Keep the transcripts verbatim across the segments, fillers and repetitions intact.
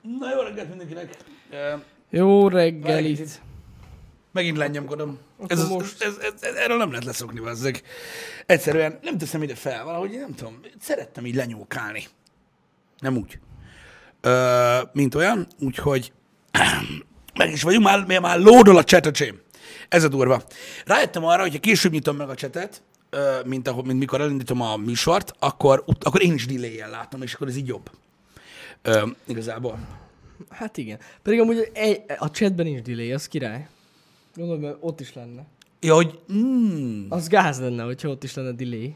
Na jó reggelt mindenkinek. Jó reggelit. Megint lenyomkodom. Ez, ez, most... ez, ez, ez, erről nem lehet leszokni, bazzeg. Egyszerűen nem teszem ide fel, valahogy nem tudom, szerettem így lenyókálni. Nem úgy. Ö, mint olyan, úgyhogy meg is vagyunk, már, már lódol a chat, öcsém. Ez a durva. Rájöttem arra, hogyha később nyitom meg a chatet, mint, ahogy, mint mikor elindítom a műsort, akkor, akkor én is delay-jel látom, és akkor ez így jobb. Ö, igazából. Hát igen. Pedig amúgy egy, a chatben nincs delay, az király. Gondolom, mert ott is lenne. Ja, hogy... Mm, Az gáz lenne, hogyha ott is lenne delay.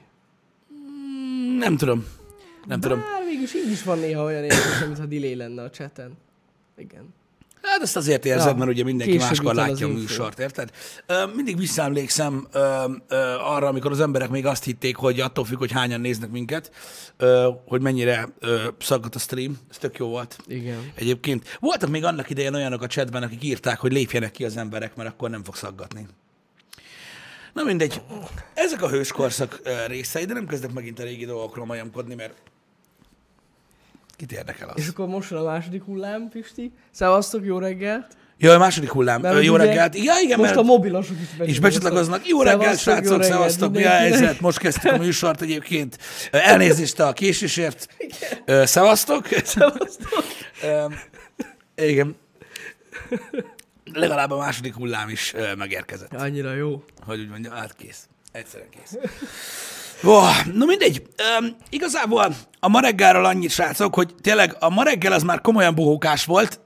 mm, nem tudom. Nem Bár tudom. mégis így is van néha olyan érdekes, mintha delay lenne a chaten. Igen. Hát ezt azért érzed, Ja, mert ugye mindenki később máskor jut el látja a az info. műsort, érted? Ö, mindig visszaemlékszem ö, ö, arra, amikor az emberek még azt hitték, hogy attól függ, hogy hányan néznek minket, ö, hogy mennyire ö, szaggat a stream. Ez tök jó volt. Igen. Egyébként voltak még annak idején olyanok a chatben, akik írták, hogy lépjenek ki az emberek, mert akkor nem fog szaggatni. Na mindegy. Ezek a hőskorszak ö, részei, de nem kezdek megint a régi dolgokról majomkodni, mert kit érdekel az? És akkor most van a második hullám, Pisti. Szevasztok, jó reggelt. Jaj, a második hullám. Mert Ö, jó ugye reggelt. Igen, igen, most mert... a mobilosok is És becsatlakoznak. becsatlakoznak. Jó reggelt, Szevasztok, jó srácok, reggelt szevasztok, mi a mindenkinek. helyzet? Most kezdtük a műsort egyébként. Elnézést a késésért. Ö, Szevasztok. Szevasztok. Ö, Igen. Legalább a második hullám is ö, megérkezett. Annyira jó. Hogy úgy mondja, hát kész. Egyszerűen kész. Oh, no mindegy. Um, igazából a ma reggelről annyit, srácok, hogy tényleg a ma reggel az már komolyan bohókás volt.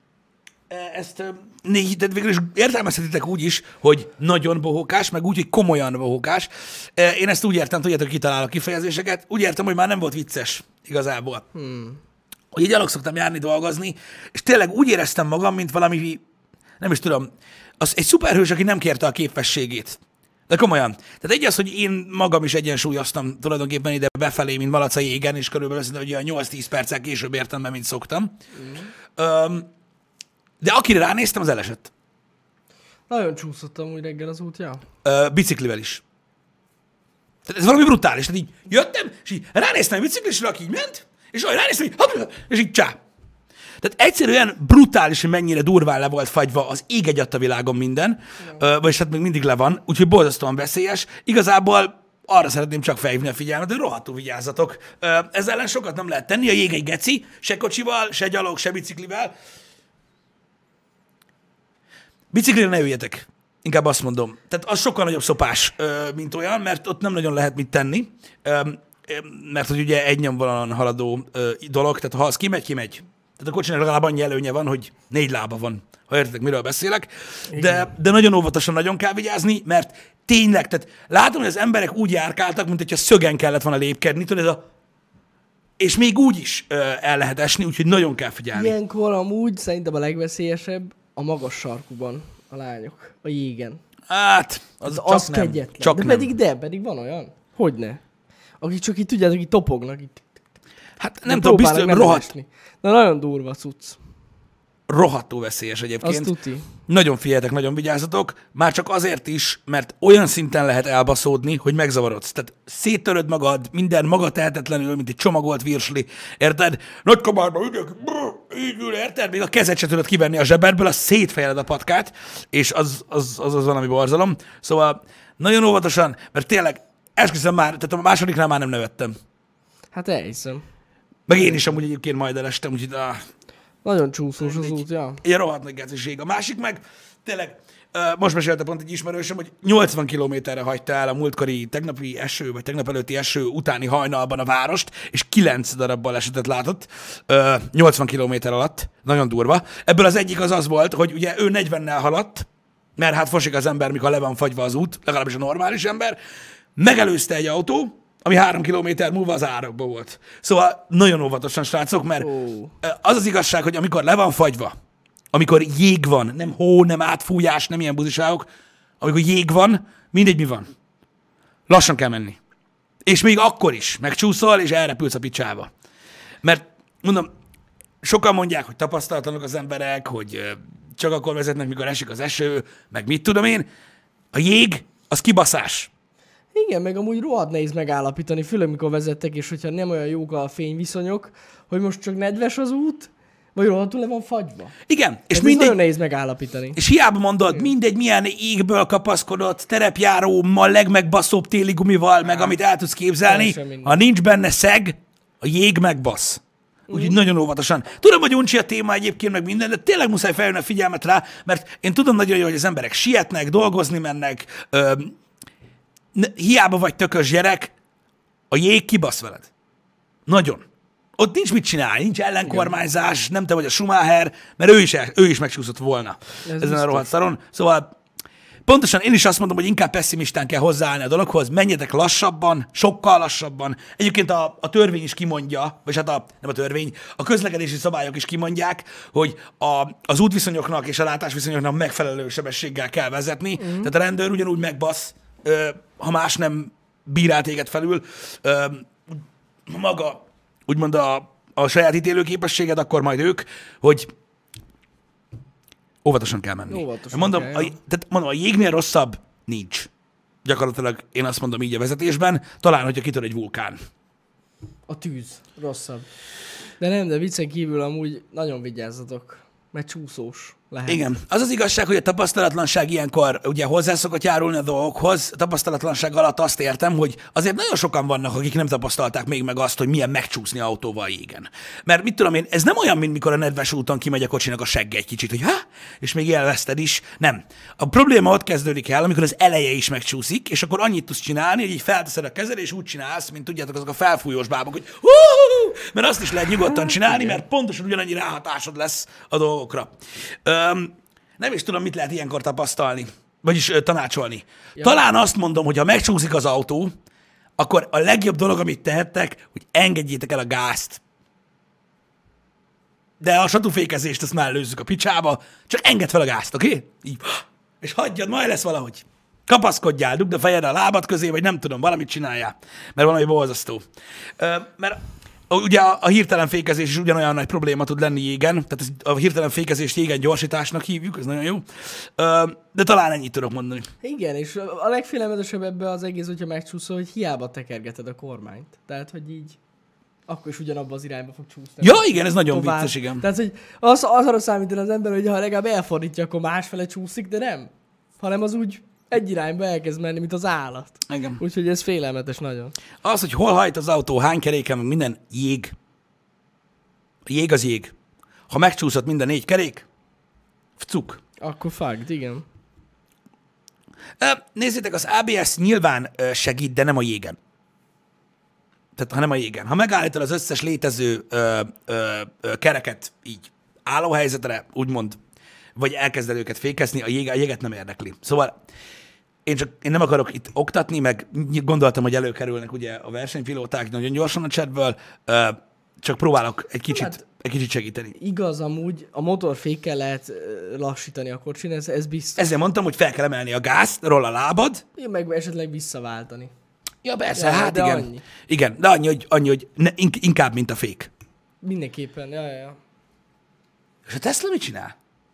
Ezt négy, de végül is értelmezhetitek úgy is, hogy nagyon bohókás, meg úgy, hogy komolyan bohókás. Én ezt úgy értem, tudjátok, kitalál a kifejezéseket. Úgy értem, hogy már nem volt vicces igazából. Hmm. Hogy így alak szoktam járni dolgozni, és tényleg úgy éreztem magam, mint valami, nem is tudom, az egy szuperhős, aki nem kérte a képességét. De komolyan. Tehát egy az, hogy én magam is egyensúlyoztam tulajdonképpen ide befelé, mint Malaca jégen, és körülbelül szerintem, hogy olyan nyolc-tíz perccel később értem be, mint szoktam. Mm. Um, de akire ránéztem, az elesett. Nagyon csúszottam úgy reggel az útja. Uh, biciklivel is. Tehát ez valami brutális. Tehát így jöttem, és így ránéztem a biciklisre, aki így ment, és ahogy ránéztem, így, hopp, és így csá. Tehát egyszerűen brutális, hogy mennyire durván le volt fagyva az ég egy adta világon minden, uh, vagyis hát még mindig le van, úgyhogy borzasztóan veszélyes. Igazából arra szeretném csak felhívni a figyelmet, hogy rohadtul vigyázzatok. Uh, ezzel ellen sokat nem lehet tenni, a jég egy geci, se kocsival, se gyalog, se biciklivel. Biciklire ne üljetek, inkább azt mondom. Tehát az sokkal nagyobb szopás, uh, mint olyan, mert ott nem nagyon lehet mit tenni, um, mert hogy ugye egy nyomvonalon haladó uh, dolog, tehát ha az kimegy, kimegy. Tehát a kocsinak legalább annyi előnye van, hogy négy lába van, ha értitek, miről beszélek. De, de nagyon óvatosan nagyon kell vigyázni, mert tényleg, tehát látom, hogy az emberek úgy járkáltak, mint hogyha szögen kellett volna lépkedni, tudod, ez a... és még úgy is ö, el lehet esni, úgyhogy nagyon kell figyelni. Ilyenkor amúgy szerintem a legveszélyesebb a magas sarkuban a lányok, a jégen. Hát, az, Az, csak az nem. kegyetlen. Csak de nem. pedig de, pedig van olyan. Hogyne? Akik csak így tudjátok, így topognak. Így, Hát nem tudom, biztos, hogy rohadt, esni. De nagyon durva cucc. rohadtul veszélyes egyébként. Azt tuti. Nagyon figyeljetek, nagyon vigyázzatok, már csak azért is, mert olyan szinten lehet elbaszódni, hogy megzavarodsz. Tehát széttöröd magad, minden maga tehetetlenül, mint egy csomagolt virsli, érted? Nagy kabárba ülök, így ül, érted? Még a kezed se tudod kivenni a zsebedből, az szétfejeled a patkát, és az, az, az, az valami borzalom. Szóval nagyon óvatosan, mert tényleg esküszöm már, tehát a másodiknál már nem nevettem. Hát elhiszem. Meg én is amúgy egyébként majd elestem, úgyhogy ah, Nagyon csúszós az út, ja. egy rohadt nagy geciség. A másik meg, tényleg, uh, most mesélte pont egy ismerősöm, hogy nyolcvan kilométerre hagyta el a múltkori tegnapi eső, vagy tegnap előtti eső utáni hajnalban a várost, és kilenc darab balesetet látott uh, nyolcvan kilométer alatt. Nagyon durva. Ebből az egyik az az volt, hogy ugye ő negyvennel haladt, mert hát fosik az ember, mikor le van fagyva az út, legalábbis a normális ember, megelőzte egy autó, ami három kilométer múlva az árokba volt. Szóval nagyon óvatosan, srácok, mert Ó. az az igazság, hogy amikor le van fagyva, amikor jég van, nem hó, nem átfújás, nem ilyen buziságok, amikor jég van, mindegy mi van. Lassan kell menni. És még akkor is megcsúszol, és elrepülsz a picsába. Mert mondom, sokan mondják, hogy tapasztalatlanok az emberek, hogy ö, csak akkor vezetnek, mikor esik az eső, meg mit tudom én. A jég, az kibaszás. Igen, meg amúgy rohadt nehéz megállapítani, főleg mikor vezettek, és hogyha nem olyan jók a fényviszonyok, hogy most csak nedves az út, Vagy rohadtul le van fagyva. Igen, és Ez mindegy, nagyon nehéz megállapítani. és hiába mondod, mindegy, milyen égből kapaszkodott, terepjárómmal, legmegbaszóbb téli gumival, meg amit el tudsz képzelni, Teljesen mindegy. ha nincs benne szeg, a jég megbasz. Úgyhogy nagyon óvatosan. Tudom, hogy uncsi a téma egyébként, meg minden, de tényleg muszáj felhívni a figyelmet rá, mert én tudom nagyon jó, hogy az emberek sietnek, dolgozni mennek, ö, ne, hiába vagy tökös gyerek, a jég kibasz veled. Nagyon. Ott nincs mit csinálni, nincs ellenkormányzás, nem te vagy a Schumacher, mert ő is, el, ő is megcsúszott volna Ez ezen biztos. a rohadt szaron. Szóval pontosan én is azt mondom, hogy inkább pessimistán kell hozzáállni a dologhoz, menjetek lassabban, sokkal lassabban. Egyébként a, a törvény is kimondja, vagy hát a, nem a törvény, a közlekedési szabályok is kimondják, hogy a, az útviszonyoknak és a látásviszonyoknak megfelelő sebességgel kell vezetni. Mm. Tehát a rendőr ugyanúgy megbasz, ö, ha más nem bírál téged felül, ö, maga úgymond a, a saját ítélőképességed, akkor majd ők, hogy óvatosan kell menni. Óvatosan mondom, kell, a, jó. tehát mondom, a jégnél rosszabb nincs. Gyakorlatilag én azt mondom így a vezetésben, talán, hogyha kitör egy vulkán. A tűz. Rosszabb. De nem, de viccen kívül amúgy nagyon vigyázzatok. Mert csúszós lehet. Igen. Az az igazság, hogy a tapasztalatlanság ilyenkor ugye hozzá szokott járulni a dolgokhoz. A tapasztalatlanság alatt azt értem, hogy azért nagyon sokan vannak, akik nem tapasztalták még meg azt, hogy milyen megcsúszni autóval a jégen. Mert mit tudom én, ez nem olyan, mint mikor a nedves úton kimegy a kocsinak a segge egy kicsit, hogy ha, és még élvezted is. Nem. A probléma ott kezdődik el, amikor az eleje is megcsúszik, és akkor annyit tudsz csinálni, hogy így felteszed a kezed, és úgy csinálsz, mint tudjátok, azok a felfújós bábok, hogy hú, mert azt is lehet nyugodtan csinálni, mert pontosan ugyanannyi ráhatásod lesz a dolgokra. Öm, nem is tudom, mit lehet ilyenkor tapasztalni, vagyis ö, tanácsolni. Ja. Talán azt mondom, hogy ha megcsúszik az autó, akkor a legjobb dolog, amit tehettek, hogy engedjétek el a gázt. De a satúfékezést azt már lőzzük a picsába, csak engedd fel a gázt, oké? Okay? Így. És hagyjad, majd lesz valahogy. Kapaszkodjál, dugd a fejed a lábad közé, vagy nem tudom, valamit csináljál. Mert valami borzasztó. Ö, mert ugye a, a hirtelen fékezés is ugyanolyan nagy probléma tud lenni jégen, tehát ez, a hirtelen fékezést jégen gyorsításnak hívjuk, ez nagyon jó. Ö, de talán ennyit tudok mondani. Igen, és a legfélelmetesebb ebbe az egész, hogyha megcsúszol, hogy hiába tekergeted a kormányt. Tehát, hogy így akkor is ugyanabba az irányba fog csúszni. Ja, igen, ez nagyon Tovább. vicces, igen. Tehát, hogy az, az arra számítani az ember, hogy ha legalább elfordítja, akkor másfele csúszik, de nem. Hanem az úgy egy irányba elkezd menni, mint az állat. Igen. Úgyhogy ez félelmetes nagyon. Az, hogy hol hajt az autó, hány keréken, meg minden, jég. A jég az jég. Ha megcsúszott minden négy kerék, cuk. Akkor fucked, igen. Ö, Nézzétek, az á bé es nyilván ö, segít, de nem a jégen. Tehát, ha nem a jégen. Ha megállítod az összes létező ö, ö, ö, kereket így állóhelyzetre, úgymond, vagy elkezded őket fékezni, a, jég, a jéget nem érdekli. Szóval én, csak, én nem akarok itt oktatni, meg gondoltam, hogy előkerülnek ugye a versenypilóták nagyon gyorsan a chatből, ö, csak próbálok egy kicsit, Hát- egy kicsit segíteni. Igaz, amúgy a motorfékkel lehet ö, lassítani a kocsin, ez, ez biztos. Ezzel mondtam, hogy fel kell emelni a gázt, roll a lábad. Ja, meg esetleg visszaváltani. Ja, persze, Ja, hát de igen. annyi. Igen, de annyi, hogy, annyi, hogy ne, ink- inkább, mint a fék. Mindenképpen, ja, ja, ja. És a Tesla mit csinál?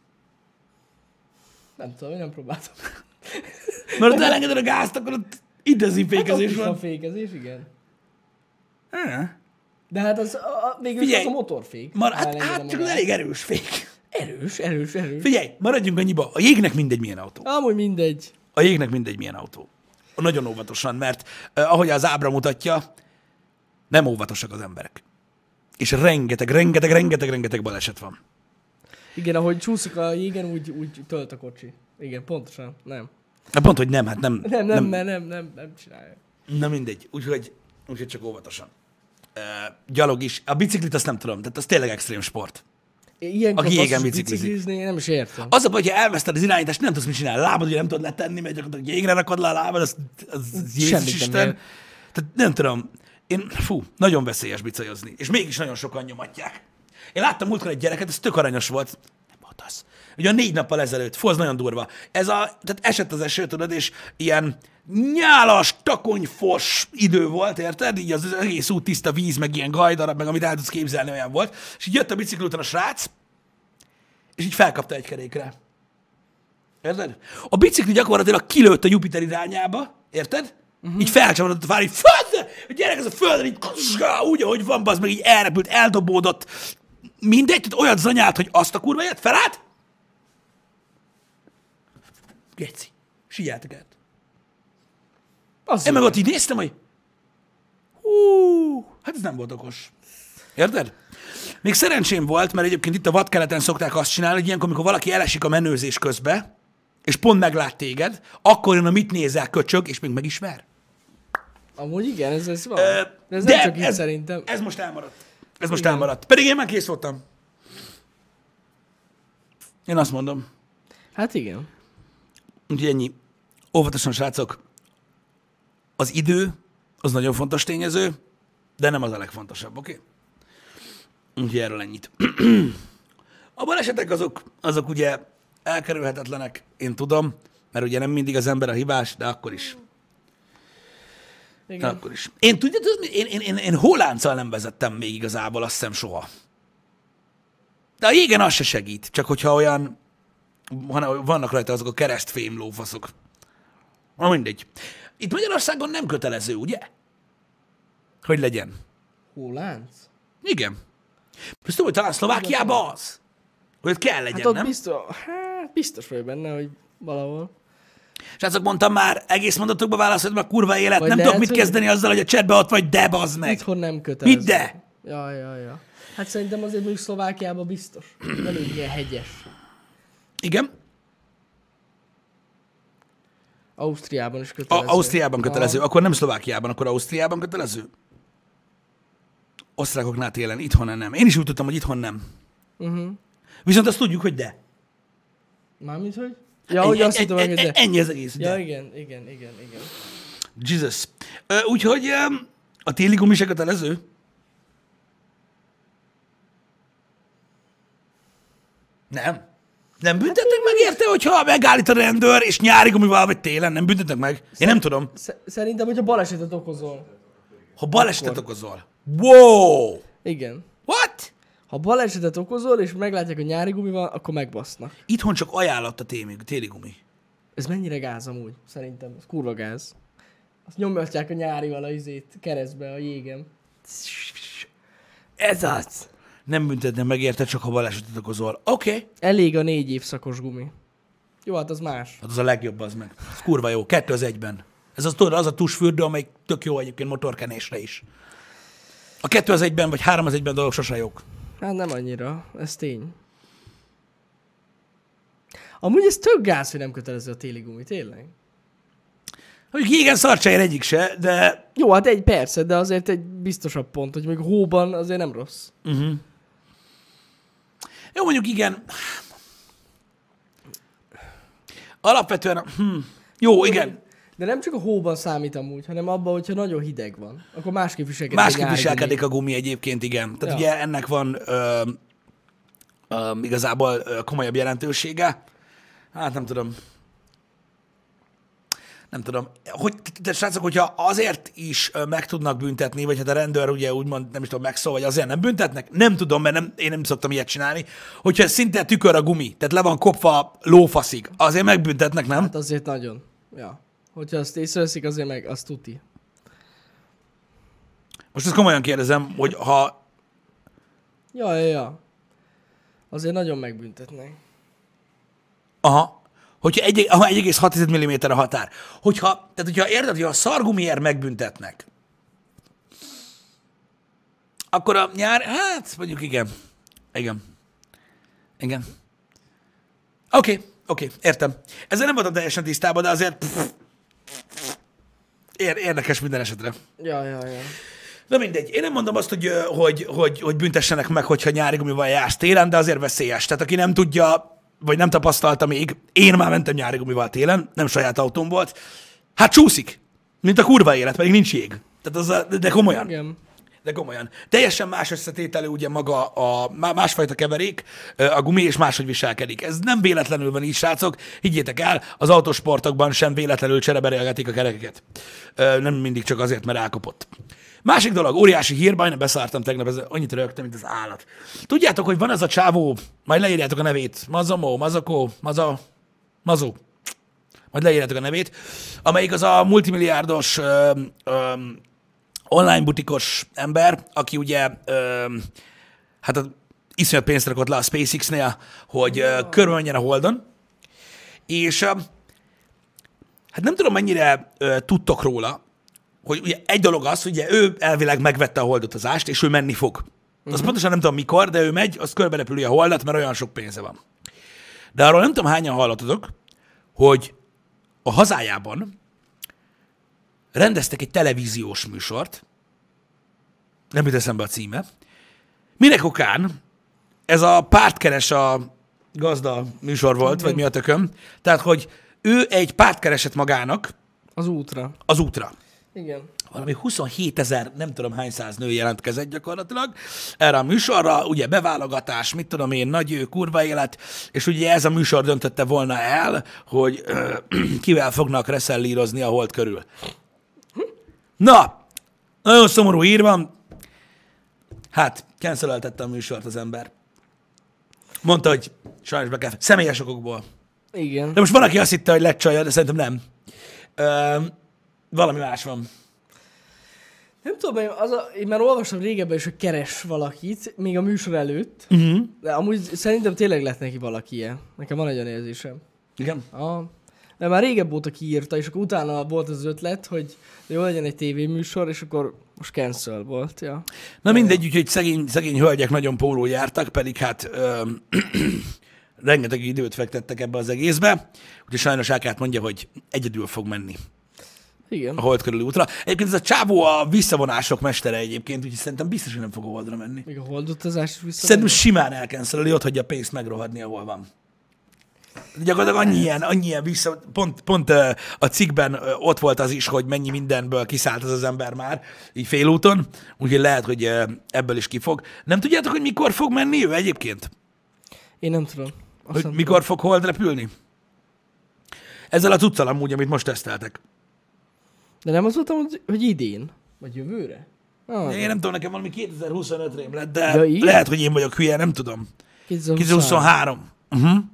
Nem tudom, én nem próbáltam. Mert ott elengeded a gázt, akkor ott intenzív Hát ott fékezés is van van. fékezés, igen. Ah, De hát az, a, a, végül is Figyelj, az a motorfék. Mar- ha hát, elengedem hát a csak az gázt. elég erős fék. Erős, erős, erős. Figyelj, maradjunk annyiba. A jégnek mindegy, milyen autó. Amúgy mindegy. A jégnek mindegy, milyen autó. Nagyon óvatosan, mert eh, ahogy az ábra mutatja, nem óvatosak az emberek. És rengeteg, rengeteg, rengeteg, rengeteg baleset van. Igen, ahogy csúszik a jégen, úgy, úgy tölt a kocsi. Igen, pontosan. Nem. Hát pont, hogy nem, hát nem. Nem, nem, nem, mert nem, nem, nem csinálja. Na mindegy, úgyhogy, úgyhogy csak óvatosan. Uh, gyalog is. A biciklit azt nem tudom, tehát az tényleg extrém sport. Ilyenkor Aki jégen basszus biciklizik. biciklizni, én nem is értem. Az a baj, hogyha elveszted az irányítást, nem tudsz mit csinálni. Lábad ugye nem tudod letenni, mert gyakorlatilag jégre rakod le a lábad, az, az Jézus Semmit nem Isten. ér. Tehát nem tudom, én, fú, nagyon veszélyes bicajozni. És mégis nagyon sokan nyomatják. Én láttam múltkor egy gyereket, ez tök aranyos volt. Nem volt az. Ugye a négy nappal ezelőtt, fú, az nagyon durva. Ez a, tehát esett az eső, tudod, és ilyen nyálas, takonyfos idő volt, érted? Így az egész út tiszta víz, meg ilyen gajdarab, meg amit el tudsz képzelni, olyan volt. És így jött a bicikli után a srác, és így felkapta egy kerékre. Érted? A bicikli gyakorlatilag kilőtt a Jupiter irányába, érted? Uh-huh. Így felcsavarodott a fár, így föld! A gyerek ez a földre, így kuszsgá, úgy, ahogy van, az meg így elrepült, eldobódott. mindegy, tehát olyat zanyált, hogy azt a kurva élet felállt. Geci. Sijátok át. Az Én meg jó. ott így néztem, hogy hú, hát ez nem volt okos. Érted? Még szerencsém volt, mert egyébként itt a vadkeleten szokták azt csinálni, hogy ilyenkor, amikor valaki elesik a menőzés közbe, és pont meglát téged, akkor jön a mit nézel köcsög, és még meg is ver. Amúgy igen, ez, ez van. Ö, De ez de nem csak itt ez, szerintem. Ez most elmaradt. Ez most Igen. elmaradt. Pedig én már kész voltam. Én azt mondom. Hát igen. Úgyhogy ennyi. Óvatosan, srácok. Az idő, az nagyon fontos tényező, de nem az a legfontosabb, oké? Okay? Úgyhogy erről ennyit. A balesetek azok, azok ugye elkerülhetetlenek, én tudom, mert ugye nem mindig az ember a hibás, de akkor is. De Igen. akkor is. Én tudjátok, én, én, én, én hólánccal nem vezettem még igazából, azt hiszem soha. De a jégen az se segít, csak hogyha olyan, vannak rajta azok a keresztfém lófaszok. Na mindegy. Itt Magyarországon nem kötelező, ugye? Hogy legyen. Hólánc? Igen. Ezt tudom, hogy talán Szlovákiában az. Hogy ott kell legyen, Hát ott nem? biztos, hát biztos vagy benne, hogy valahol. Srácok, mondtam már, egész mondatokba válaszoltam, a kurva élet, Vagy nem lehet, tudok mit hogy- kezdeni azzal, hogy a chatbe ott vagy, de bazd meg. Itthon nem kötelező. Mit de? Ja, ja, ja. Hát szerintem azért mondjuk Szlovákiában biztos. Nem úgy ilyen hegyes. Igen. Ausztriában is A- kötelező. Ausztriában kötelező, Aha. akkor nem Szlovákiában, akkor Ausztriában kötelező? Osztrákoknál télen, itthon nem. Én is úgy tudtam, hogy itthon nem. Uh-huh. Viszont azt tudjuk, hogy de. Mármint, hogy? Ja, hogy azt hittem, hogy de. Ennyi az egész, Ja, de. igen, igen, igen, igen. Jesus. Ö, Úgyhogy ö, a téli gumi se kötelező? Nem. Nem büntetnek meg érte, hogyha megállít a rendőr, és nyári gumival vagy télen? Nem büntetnek meg? Én nem tudom. Sz- szerintem, hogyha balesetet okozol. Ha balesetet okozol. Wow! Igen. What? Ha balesetet okozol, és meglátják, hogy nyári gumi van, akkor megbasznak. Itthon csak ajánlott a téli, téli gumi. Ez mennyire gáz amúgy? Szerintem. Ez kurva gáz. Azt nyomhatják a nyárival a izét keresztbe, a jégen. Ez az. Nem büntetnek meg érte, csak ha balesetet okozol. Oké. Okay. Elég a négy évszakos gumi. Jó, hát az más. Hát az a legjobb, az meg. Ez kurva jó. Kettő az egyben. Ez az, tudod, az a tusfürdő, amely tök jó egyébként motorkenésre is. A kettő az egyben, vagy három az egyben dolgok sose jók. Hát nem annyira. Ez tény. Amúgy ez tök gáz, hogy nem kötelező a téli gumi, tényleg. Mondjuk jégen szarcsájár egyik se, de... Jó, hát egy persze, de azért egy biztosabb pont, hogy még hóban azért nem rossz. Uh-huh. Jó, mondjuk igen. Alapvetően... Hm. Jó, igen. De nem csak a hóban számít amúgy, hanem abban, hogyha nagyon hideg van. Akkor másképp viselkedik. Másképp a nyári viselkedik gumi. a gumi egyébként, igen. Tehát Ja. ugye ennek van ö, ö, igazából ö, komolyabb jelentősége. Hát nem tudom. Nem tudom. Hogy, de srácok, hogyha azért is ö, meg tudnak büntetni, vagy hát a rendőr ugye úgymond nem is tudom megszól, vagy azért nem büntetnek, nem tudom, mert nem, én nem szoktam ilyet csinálni, hogyha szinte tükör a gumi, tehát le van kopva lófaszig, azért megbüntetnek, nem? Hát azért nagyon. Ja. Hogyha azt észreveszik, azért meg azt tuti. Most ezt komolyan kérdezem, hogy ha Ja, ja, ja. Azért nagyon megbüntetnek. Aha. Hogyha egy, aha, egy egész hat mm a határ. Hogyha, tehát hogyha érted, hogy a szargumiért megbüntetnek, akkor a nyár, hát mondjuk igen. Igen. Igen. Oké, okay, oké, okay, értem. Ezzel nem voltam teljesen tisztában, de azért pff, ér, érdekes minden esetre. Ja, ja, ja. Na mindegy, én nem mondom azt, hogy, ö, hogy, hogy, hogy büntessenek meg, hogyha nyári gumival jársz télen, de azért veszélyes. Tehát aki nem tudja, vagy nem tapasztalta még, én már mentem nyári gumival télen, nem saját autóm volt, hát csúszik, mint a kurva élet, pedig nincs jég. Tehát az a, de komolyan. Igen. De komolyan. Teljesen más összetételű ugye maga a másfajta keverék, a gumi, és máshogy viselkedik. Ez nem véletlenül van így, srácok. Higgyétek el, az autósportokban sem véletlenül csereberélgetik a kerekeket. Nem mindig csak azért, mert elkopott. Másik dolog, óriási hír, majdnem beszártam tegnap, ez annyit rögtem, mint az állat. Tudjátok, hogy van az a csávó, majd leírjátok a nevét, Mazomó, Mazakó, Maza, Mazó, majd leírjátok a nevét, amelyik az a multimilliárdos ö, ö, online butikos ember, aki ugye, ö, hát a iszonyat pénzt rakott le a SpaceX-nél, hogy uh, körülmenjen a Holdon, és uh, hát nem tudom, mennyire uh, tudtok róla, hogy ugye egy dolog az, hogy ugye ő elvileg megvette a holdutazást, és ő menni fog. Azt uh-huh. pontosan nem tudom mikor, de ő megy, az körberepüli a holdat, mert olyan sok pénze van. De arról nem tudom, hányan hallottatok, hogy a hazájában rendeztek egy televíziós műsort, nem jut eszembe a címe, minek okán ez a pártkeres a gazda műsor volt, uh-huh. vagy mi a tököm, tehát, hogy ő egy párt keresett magának Az útra. az útra. Igen. Valami huszonhétezer, nem tudom hány száz nő jelentkezett gyakorlatilag erre a műsorra, ugye beválogatás, mit tudom én, nagy ő, kurva élet, és ugye ez a műsor döntötte volna el, hogy ö, kivel fognak reszellírozni a hold körül. Na, nagyon szomorú hír van. Hát, canceleltette a műsort az ember. Mondta, hogy sajnos be kell, személyes okokból. Igen. De most van, aki azt hitte, hogy lett csalja, de szerintem nem. Ö, valami más van. Nem tudom, az a, én már olvastam régebben is, hogy keres valakit, még a műsor előtt, Uh-huh. de amúgy szerintem tényleg lett neki valaki ilyen. Nekem van egy olyan érzésem. Igen? Ah. De már régebb óta kiírta, és akkor utána volt az ötlet, hogy jó legyen egy tévéműsor, és akkor most cancel volt, ja. Na mindegy, úgyhogy szegény, szegény hölgyek nagyon póló jártak, pedig hát ö, rengeteg időt fektettek ebbe az egészbe, úgyhogy sajnos Ákát mondja, hogy egyedül fog menni Igen. a hold körüli útra. Egyébként ez a csávó a visszavonások mestere egyébként, úgyhogy szerintem biztos, hogy nem fog a holdra menni. Még a holdutazás is vissza. Szerintem simán elkenszereli, ott hagyja a pénzt megrohadni, ahol van. Gyakorlatilag annyi ilyen, annyi ilyen vissza, pont, pont uh, a cikkben uh, ott volt az is, hogy mennyi mindenből kiszállt az az ember már, így félúton, úgyhogy lehet, hogy uh, ebből is kifog. Nem tudjátok, hogy mikor fog menni ő egyébként? Én nem tudom. Azt Hogy nem mikor tudom. fog hold repülni? Ezzel a cuccal amúgy, amit most teszteltek. De nem az voltam, hogy- hogy idén? Vagy jövőre? Ah, Én nem tudom, nekem valami kétezer-huszonöt rém lett, de Ja, igen? lehet, hogy én vagyok hülye, nem tudom. kétezer-huszonhárom. kétezer-huszonhárom. Uh-huh.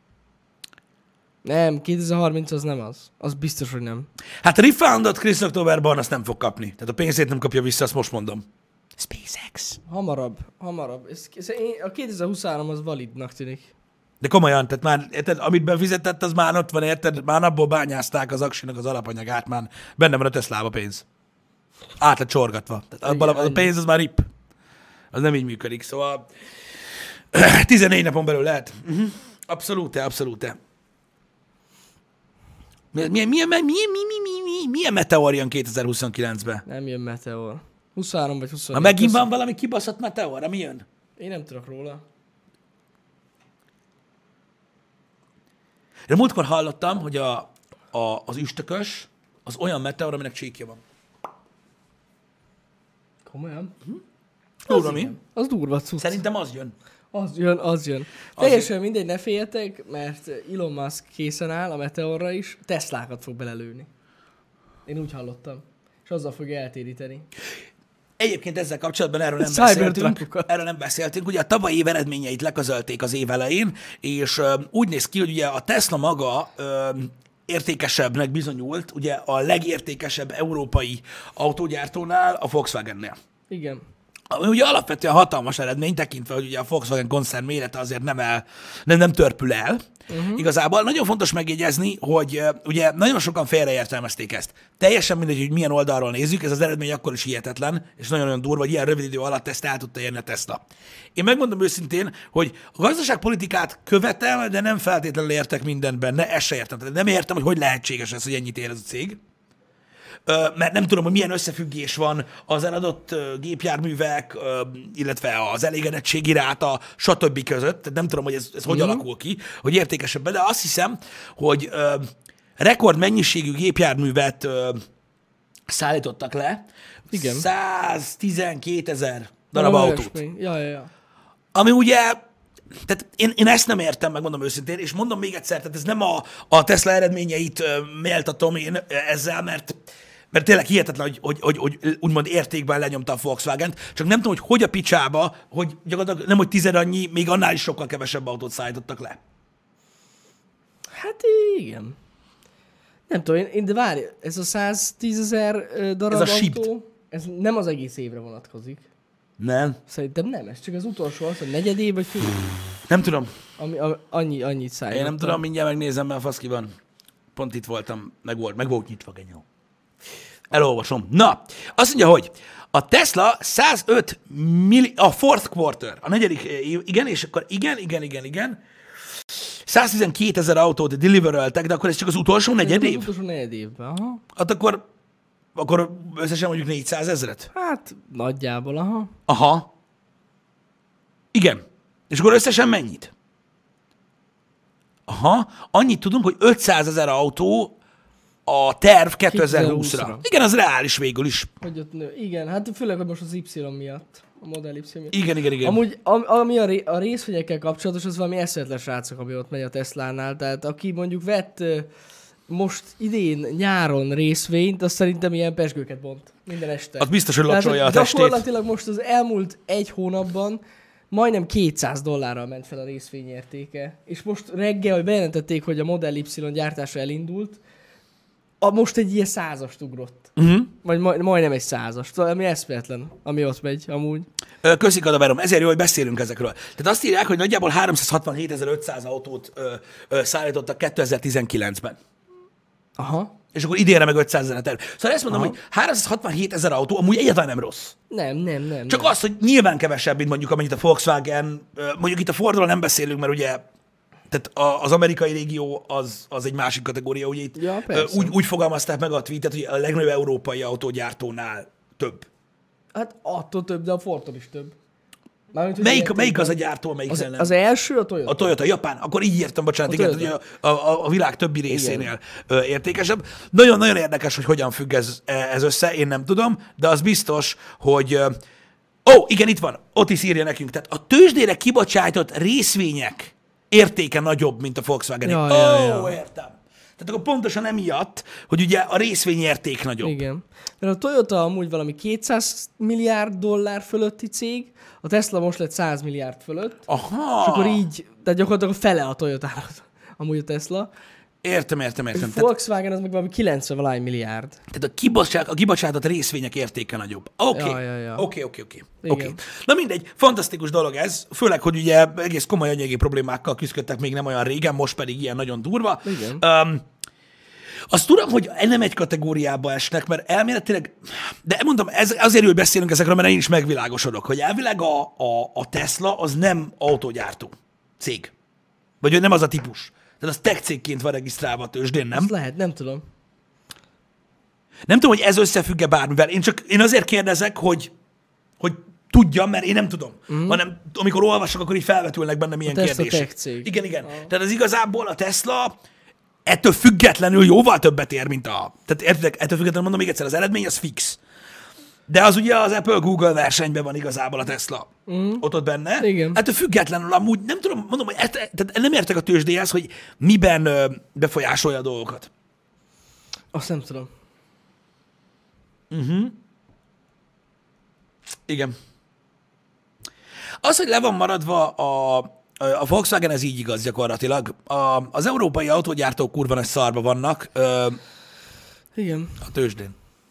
Nem, kétezer-harminc az nem az. Az biztos, hogy nem. Hát a refundot Chris Oktoberban azt nem fog kapni. Tehát a pénzét nem kapja vissza, azt most mondom. SpaceX. Hamarabb, hamarabb. Ez, ez, én- a kétezer-huszonhárom az validnak tűnik. De komolyan, tehát már, érted, amit befizetett, az már ott van, érted? Már abból bányázták az aksinak az alapanyagát, már benne van a Teslába pénz. Át lett csorgatva. Tehát abban a, a ennyi. pénz az már rip. Az nem így működik, szóval tizennégy napon belül lehet. Uh-huh. Abszolút, abszolút. Milyen, milyen, milyen, milyen, milyen, milyen, milyen, milyen meteor jön kétezer-huszonkilencben? Nem jön meteor. huszonhárom vagy Ha huszonnégy. megint Kösz- van valami kibaszott meteor, ami jön? Én nem tudok róla. De múltkor hallottam, hogy a, a, az üstökös az olyan meteor, aminek csíkja van. Komolyan? Durva mi? Az durva cucc. Szerintem az jön. Az jön, az jön. Teljesen mindegy, ne féljetek, mert Elon Musk készen áll a meteorra is, Teslákat fog belelőni. Én úgy hallottam. És azzal fogja eltéríteni. Egyébként ezzel kapcsolatban erről nem Cybertruckokat. beszéltünk. Erről nem beszéltünk. Ugye a tavalyi év eredményeit leközölték az év elején, és ö, úgy néz ki, hogy ugye a Tesla maga ö, értékesebbnek bizonyult, ugye a legértékesebb európai autógyártónál, a Volkswagennél. Igen. Ami ugye alapvetően hatalmas eredmény, tekintve, hogy ugye a Volkswagen koncern mérete azért nem, el, nem, nem törpül el. Uh-huh. Igazából nagyon fontos megjegyezni, hogy uh, ugye nagyon sokan félreértelmezték ezt. Teljesen mindegy, hogy milyen oldalról nézzük, ez az eredmény akkor is hihetetlen, és nagyon-nagyon durva, hogy ilyen rövid idő alatt ezt el tudta érni a Tesla. Én megmondom őszintén, hogy a gazdaságpolitikát követem, de nem feltétlenül értek mindent benne, ezt se értem. Tehát nem értem, hogy hogy lehetséges ez, hogy ennyit ér ez a cég. Ö, mert nem tudom, hogy milyen összefüggés van az eladott ö, gépjárművek, ö, illetve az elégedettségi ráta, stb. Között. Tehát nem tudom, hogy ez, ez hogy Mhm. alakul ki, hogy értékesebb, de azt hiszem, hogy ö, rekord mennyiségű gépjárművet ö, szállítottak le. Igen. száztizenkétezer darab Valami autót. olyasmi. Ja, ja, ja. Ami ugye, tehát én, én ezt nem értem, megmondom őszintén, és mondom még egyszer, tehát ez nem a, a Tesla eredményeit ö, méltatom én ezzel, mert mert tényleg hihetetlen, hogy, hogy, hogy, hogy úgymond értékben lenyomta a Volkswagen-t, csak nem tudom, hogy hogy a picsába, hogy gyakorlatilag nem, hogy tized annyi, még annál is sokkal kevesebb autót szállítottak le. Hát igen. Nem tudom, én, én de várj, ez a száztízezer darab Ez a shipped. autó, ez nem az egész évre vonatkozik. Nem. Szerintem nem, ez csak az utolsó, az a negyedév, vagy fél, Nem tudom. ami, ami, annyi, annyit szállítottam. Én nem tudom, mindjárt megnézem, mert a fasz ki van. Pont itt voltam, meg volt, meg volt nyitva, genyó. Elolvasom. Na, azt mondja, hogy a Tesla százöt milli... A fourth quarter, a negyedik év, igen, és akkor igen, igen, igen, igen. száztizenkétezer autót deliveröltek, de akkor ez csak az utolsó negyed év? Az utolsó negyed évben, aha. Hát akkor, akkor összesen mondjuk négyszázezret? Hát nagyjából, aha. Aha. Igen. És akkor összesen mennyit? Aha. Annyit tudunk, hogy ötszázezer autó a terv kétezer-húszra. kétezer-húszra. Igen, az reális végül is. Hogy ott nő. Igen, hát főleg hogy most az Y miatt. A Model Y miatt. Igen, igen, igen. Amúgy, am, ami a, ré, a részvényekkel kapcsolatos, az valami eszvetlen srácok, ami ott megy a Teslánál. Tehát aki mondjuk vett ö, most idén nyáron részvényt, az szerintem ilyen pesgőket bont. Minden este. Az biztos, hogy Tehát locsolja a testét. gyakorlatilag most az elmúlt egy hónapban majdnem kétszáz dollárral ment fel a részvény értéke. És most reggel, hogy bejelentették, hogy a Model Y gyártása elindult, a, most egy ilyen százast ugrott. Uh-huh. Vagy majd, majdnem egy százast. Ami eszméletlen, ami ott megy amúgy. Ö, Köszik, Adaverom. Ezért jó, hogy beszélünk ezekről. Tehát azt írják, hogy nagyjából háromszázhatvanhétezer-ötszáz autót ö, ö, szállítottak kétezer-tizenkilencben. Aha. És akkor idénre meg ötszázezer terv. Szóval ezt mondom, Aha. hogy háromszázhatvanhétezer autó amúgy egyáltalán nem rossz. Nem, nem, nem. Csak nem. az, hogy nyilván kevesebb, mint mondjuk amennyit a Volkswagen, ö, mondjuk itt a Fordról nem beszélünk, mert ugye tehát a- az amerikai régió az, az egy másik kategória, ugye itt Ja, ö, persze. úgy, úgy fogalmazták meg a tweetet, hogy a legnagyobb európai autógyártónál több. Hát attól több, de a Fordtól is több. Mármint, hogy Melyik, értékben. melyik az a gyártó, melyik Az, nem? az első a Toyota. A Toyota, Japán, akkor így értem, bocsánat, A igen, Toyota. hogy a, a, a világ többi részénél ö, értékesebb. Nagyon-nagyon érdekes, hogy hogyan függ ez, ez össze, én nem tudom, de az biztos, hogy... ö, Ó, igen, itt van, Otis írja nekünk, tehát a tőzsdére kibocsájtott részvények értéke nagyobb, mint a Volkswagen. Ó, Ja, oh, ja, ja. értem. Tehát akkor pontosan emiatt, hogy ugye a részvény érték nagyobb. Igen. Mert a Toyota amúgy valami kétszáz milliárd dollár fölötti cég, a Tesla most lett száz milliárd fölött, Aha. és akkor így, tehát gyakorlatilag a fele a Toyotának amúgy a Tesla. Értem, értem, értem. A Tehát, Volkswagen az meg valami kilencven valány milliárd. tehát a, kibocsát, a kibocsátott részvények értéke nagyobb. Oké, Ja, ja, ja. oké, oké, oké. Igen. Oké. Na mindegy, fantasztikus dolog ez, főleg, hogy ugye egész komoly anyagi problémákkal küzdöttek még nem olyan régen, most pedig ilyen nagyon durva. Igen. Um, azt tudom, hogy nem egy kategóriába esnek, mert elméletileg, de mondom, ez, azért, hogy beszélünk ezekről, mert én is megvilágosodok, hogy elvileg a, a, a Tesla az nem autógyártó cég. Vagy hogy nem az a típus. Tehát az tech cégként van regisztrálva a tőzsdén, nem? Ez lehet, nem tudom. Nem tudom, hogy ez összefügg-e bármivel. Én csak én azért kérdezek, hogy, hogy tudjam, mert én nem tudom. Mm. Hanem amikor olvasok, akkor így felvetülnek bennem ilyen Tesla kérdések. tech cég. Igen, igen. Ah. Tehát az igazából a Tesla ettől függetlenül jóval többet ér, mint a... Tehát értitek, ettől függetlenül mondom még egyszer, az eredmény az fix. De az ugye az Apple-Google versenyben van igazából a Tesla. Mm. Ott ott benne. Igen. Ettől függetlenül amúgy nem tudom, mondom, hogy ezt, tehát nem értek a tőzsdéhez, hogy miben ö, befolyásolja a dolgokat. Azt nem tudom. Igen. Az, hogy le van maradva a, a Volkswagen, ez így igaz gyakorlatilag. A, az európai autógyártók kurva nagy szarba vannak ö, Igen. a tőzsdén.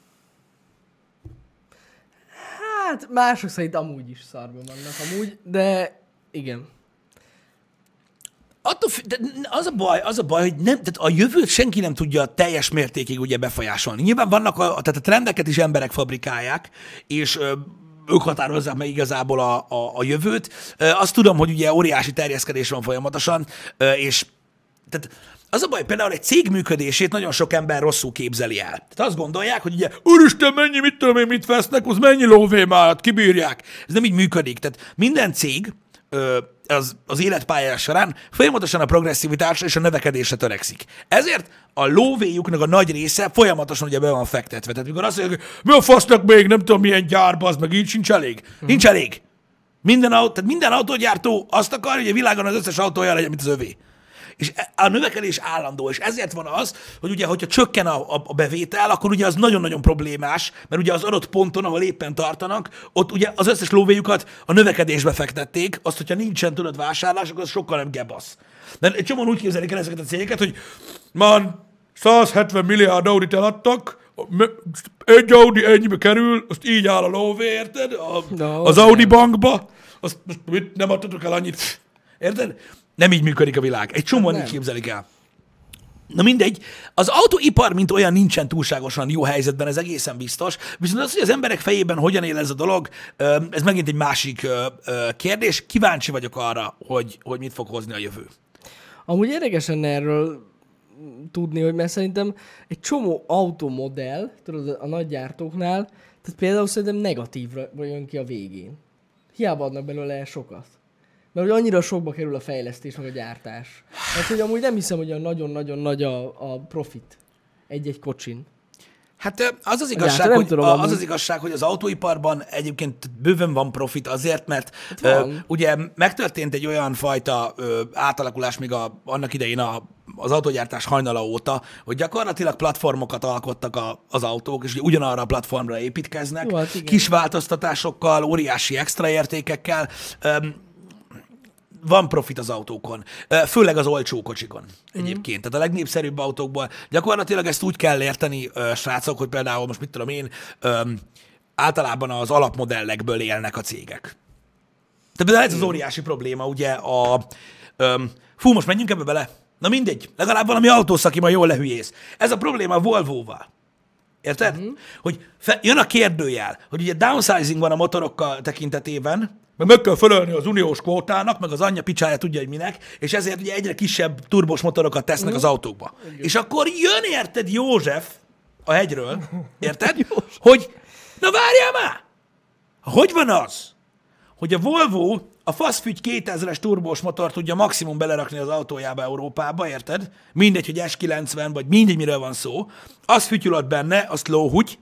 Hát mások szerint amúgy is szarban vannak amúgy, de igen. Attól, fü- de az a baj, az a baj, hogy nem, tehát a jövőt senki nem tudja teljes mértékig ugye befolyásolni. Nyilván vannak, a, tehát a trendeket is emberek fabrikálják, és ö, ők határozzák meg igazából a, a, a jövőt. Ö, azt tudom, hogy ugye óriási terjeszkedés van folyamatosan, ö, és tehát az a baj, például egy cég működését nagyon sok ember rosszul képzeli el. Tehát azt gondolják, hogy ugye, úristen, mennyi, mit tudom én, mit vesznek, az mennyi lóvémálat, kibírják. Ez nem így működik. Tehát minden cég ö, az, az életpályája során folyamatosan a progresszivitásra és a növekedésre törekszik. Ezért a lóvéjuknak a nagy része folyamatosan ugye be van fektetve. Tehát mikor azt mondják, hogy mi a fasznak még, nem tudom milyen gyárba, az meg így sincs elég. Hmm. Nincs elég. Minden, autó, tehát minden autógyártó azt akar, hogy a világon az összes autója legyen, mint az övé. És a növekedés állandó, és ezért van az, hogy ugye, hogyha csökken a, a, a bevétel, akkor ugye az nagyon-nagyon problémás, mert ugye az adott ponton, ahol éppen tartanak, ott ugye az összes lóvéjukat a növekedésbe fektették, azt, hogyha nincsen tudod vásárlás, akkor az sokkal nem gebasz. Mert egy csomóan úgy képzelik el ezeket a cégeket, hogy man, száz hetven milliárd Audit eladtak, egy Audi ennyibe kerül, azt így áll a lóvé, érted? A, No, az Audi bankba, azt most mit, nem adtatok el annyit, érted? Nem így működik a világ. Egy csomóan így képzelik el. Na mindegy, az autóipar, mint olyan, nincsen túlságosan jó helyzetben, ez egészen biztos. Viszont az, hogy az emberek fejében hogyan él ez a dolog, ez megint egy másik kérdés. Kíváncsi vagyok arra, hogy, hogy mit fog hozni a jövő. Amúgy érdekes lenne erről tudni, hogy mert szerintem egy csomó automodell, tudod, a nagygyártóknál, tehát például szerintem negatívra jön ki a végén. Hiába adnak belőle el sokat. Mert hogy annyira sokba kerül a fejlesztés, meg a gyártás. Mert hogy amúgy nem hiszem, hogy olyan nagyon-nagyon nagy a, a profit egy-egy kocsin. Hát az az igazság, nem hogy, tudom, az, amúgy. az igazság, hogy az autóiparban egyébként bőven van profit azért, mert ö, van. ugye megtörtént egy olyan fajta ö, átalakulás még a, annak idején a, az autógyártás hajnala óta, hogy gyakorlatilag platformokat alkottak a, az autók, és ugye ugyanarra a platformra építkeznek, Jó, hát igen. kis változtatásokkal, óriási extra értékekkel. Ö, van profit az autókon, főleg az olcsó kocsikon egyébként. Mm. Tehát a legnépszerűbb autókból gyakorlatilag ezt úgy kell érteni, srácok, hogy például most mit tudom én, általában az alapmodellekből élnek a cégek. Tehát ez az óriási probléma, ugye a... Fú, most menjünk ebbe bele? Na mindegy, legalább valami autószaki ma jól lehülyész. Ez a probléma a Volvo-val. Érted? Mm. Hogy fe, jön a kérdőjel, hogy ugye downsizing van a motorokkal tekintetében, meg meg kell felelni az uniós kvótának, meg az anyja picsája tudja, hogy minek, és ezért ugye egyre kisebb turbos motorokat tesznek mm. az autókba. Igen. És akkor jön érted József a hegyről, érted? Hogy, na várjál már! Hogy van az, hogy a Volvo a faszfügy kétezres turbós motor tudja maximum belerakni az autójába Európába, érted? Mindegy, hogy es kilencven, vagy mindegy, miről van szó. Az fütyülött benne, azt lóhugy.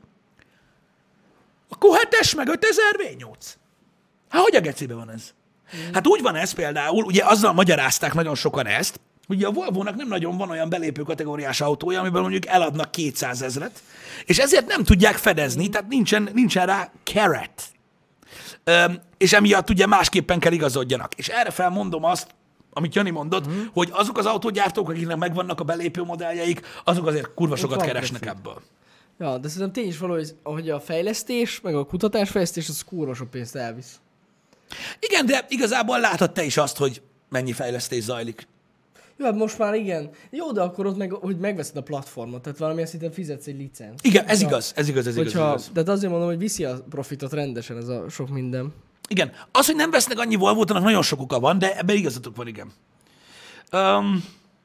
Akkor hát tess meg ötezer vé nyolc. Hát hogy a gecibe van ez? Mm. Hát úgy van ez például, ugye azzal magyarázták nagyon sokan ezt, hogy a Volvo-nak nem nagyon van olyan belépő kategóriás autója, amiben mondjuk eladnak kétszázezret, és ezért nem tudják fedezni, tehát nincsen, nincsen rá carrot. Öm, és emiatt ugye másképpen kell igazodjanak. És erre felmondom azt, amit Jani mondott, mm. hogy azok az autógyártók, akiknek megvannak a belépő modelljeik, azok azért kurva sokat keresnek profit ebből. Ja, de szerintem tény is való, hogy a fejlesztés, meg a kutatásfejlesztés, az kurva sok pénzt elvisz. Igen, de igazából látod te is azt, hogy mennyi fejlesztés zajlik. Jó, hát most már igen. Jó, de akkor ott meg, hogy megveszed a platformot, tehát valamilyen szinten fizetsz egy licenc. Igen, ez igaz, ez igaz, ez igaz, Hogyha, igaz. Tehát azért mondom, hogy viszi a profitot rendesen ez a sok minden. Igen, az, hogy nem vesznek annyi Volvo-t, annak nagyon sok oka van, de ebben igazatok van, igen. Um,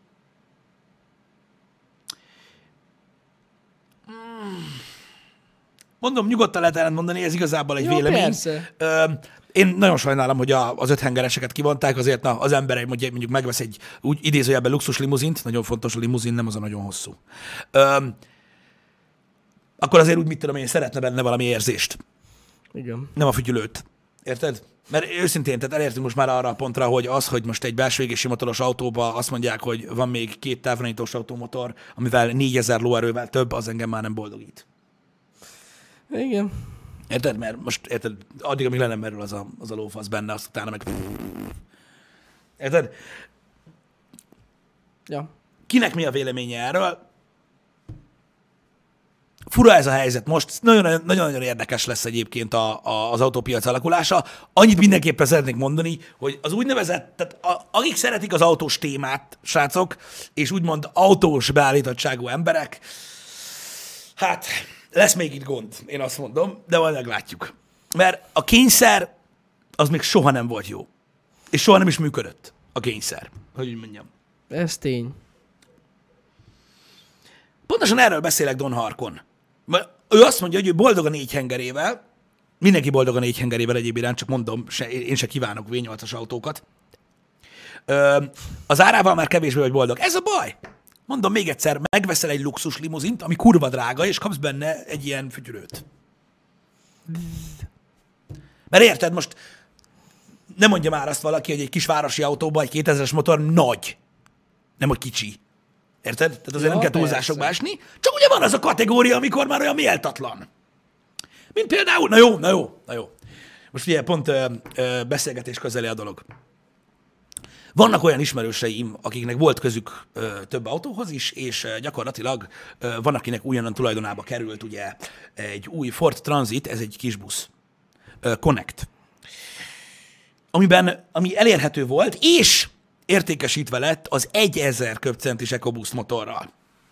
mondom, nyugodtan lehet ellentmondani, ez igazából egy jó, vélemény. Persze. Um, Én nagyon sajnálom, hogy a, az öthengereseket kivonták, azért na, az ember mondjuk, mondjuk megvesz egy úgy idézőjelben luxus limuzint, nagyon fontos a limuzin, nem az a nagyon hosszú. Öm, akkor azért úgy, mit tudom én, szeretne benne valami érzést. Igen. Nem a fütyülőt. Érted? Mert őszintén, tehát elértünk most már arra a pontra, hogy az, hogy most egy belső égési motoros autóba azt mondják, hogy van még két távirányítós automotor, amivel négyezer lóerővel több, az engem már nem boldogít. Igen. Érted? Mert most, érted, addig, amíg le nem merül az a, az a lófasz benne, azt utána meg... Érted? Ja. Kinek mi a véleménye erről? Fura ez a helyzet most. Nagyon-nagyon érdekes lesz egyébként a, a, az autópiac alakulása. Annyit mindenképpen szeretnék mondani, hogy az úgynevezett, tehát a, akik szeretik az autós témát, srácok, és úgymond autós beállítottságú emberek, hát... Lesz még itt gond, én azt mondom, de majd meglátjuk. Mert a kényszer az még soha nem volt jó. És soha nem is működött a kényszer, hogy úgy mondjam. Ez tény. Pontosan erről beszélek Don Harkon. Mert ő azt mondja, hogy ő boldog a négy hengerével, mindenki boldog a négy hengerével egyéb iránt, csak mondom, se, én se kívánok vé nyolcas autókat. Ö, az árával már kevésbé vagy boldog. Ez a baj. Mondom még egyszer, megveszel egy luxus limuzint, ami kurva drága, és kapsz benne egy ilyen fütyülőt. Mert érted, most nem mondja már azt valaki, hogy egy kis városi autóban egy kétezres motor nagy. Nem, hogy kicsi. Érted? Tehát azért ja, nem kell túlzásokba esni. Csak ugye van az a kategória, amikor már olyan méltatlan. Mint például, na jó, na jó, na jó. Most ugye pont ö, ö, beszélgetés közeli a dolog. Vannak olyan ismerőseim, akiknek volt közük ö, több autóhoz is, és ö, gyakorlatilag ö, van, akinek újonnan tulajdonába került ugye egy új Ford Transit, ez egy kis busz, ö, Connect, amiben, ami elérhető volt, és értékesítve lett az egyezer köbcentis EcoBoost motorral.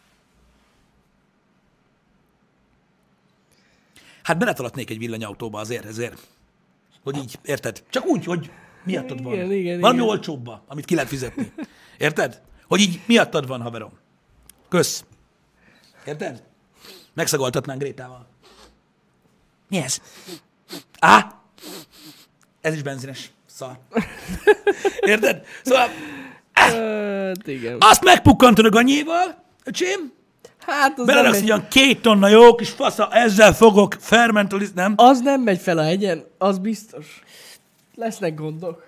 Hát beletaladnék egy villanyautóba azért, ezért, hogy így, érted? Csak úgy, hogy miattad van. Igen, igen, Valami igen. olcsóbba, amit ki lehet fizetni. Érted? Hogy így miattad van, haverom. Kösz. Érted? Megszagoltatnánk Grétával. Mi ez? Á? Ez is benzines. Szar. Érted? Szóval Hát igen. azt megpukkantod a ganyéval, öcsém, Hát az nem, beleraksz egy megy, olyan két tonna jó kis fasza, ezzel fogok fermentalizni, nem? az nem megy fel a hegyen, az biztos. Lesznek gondok.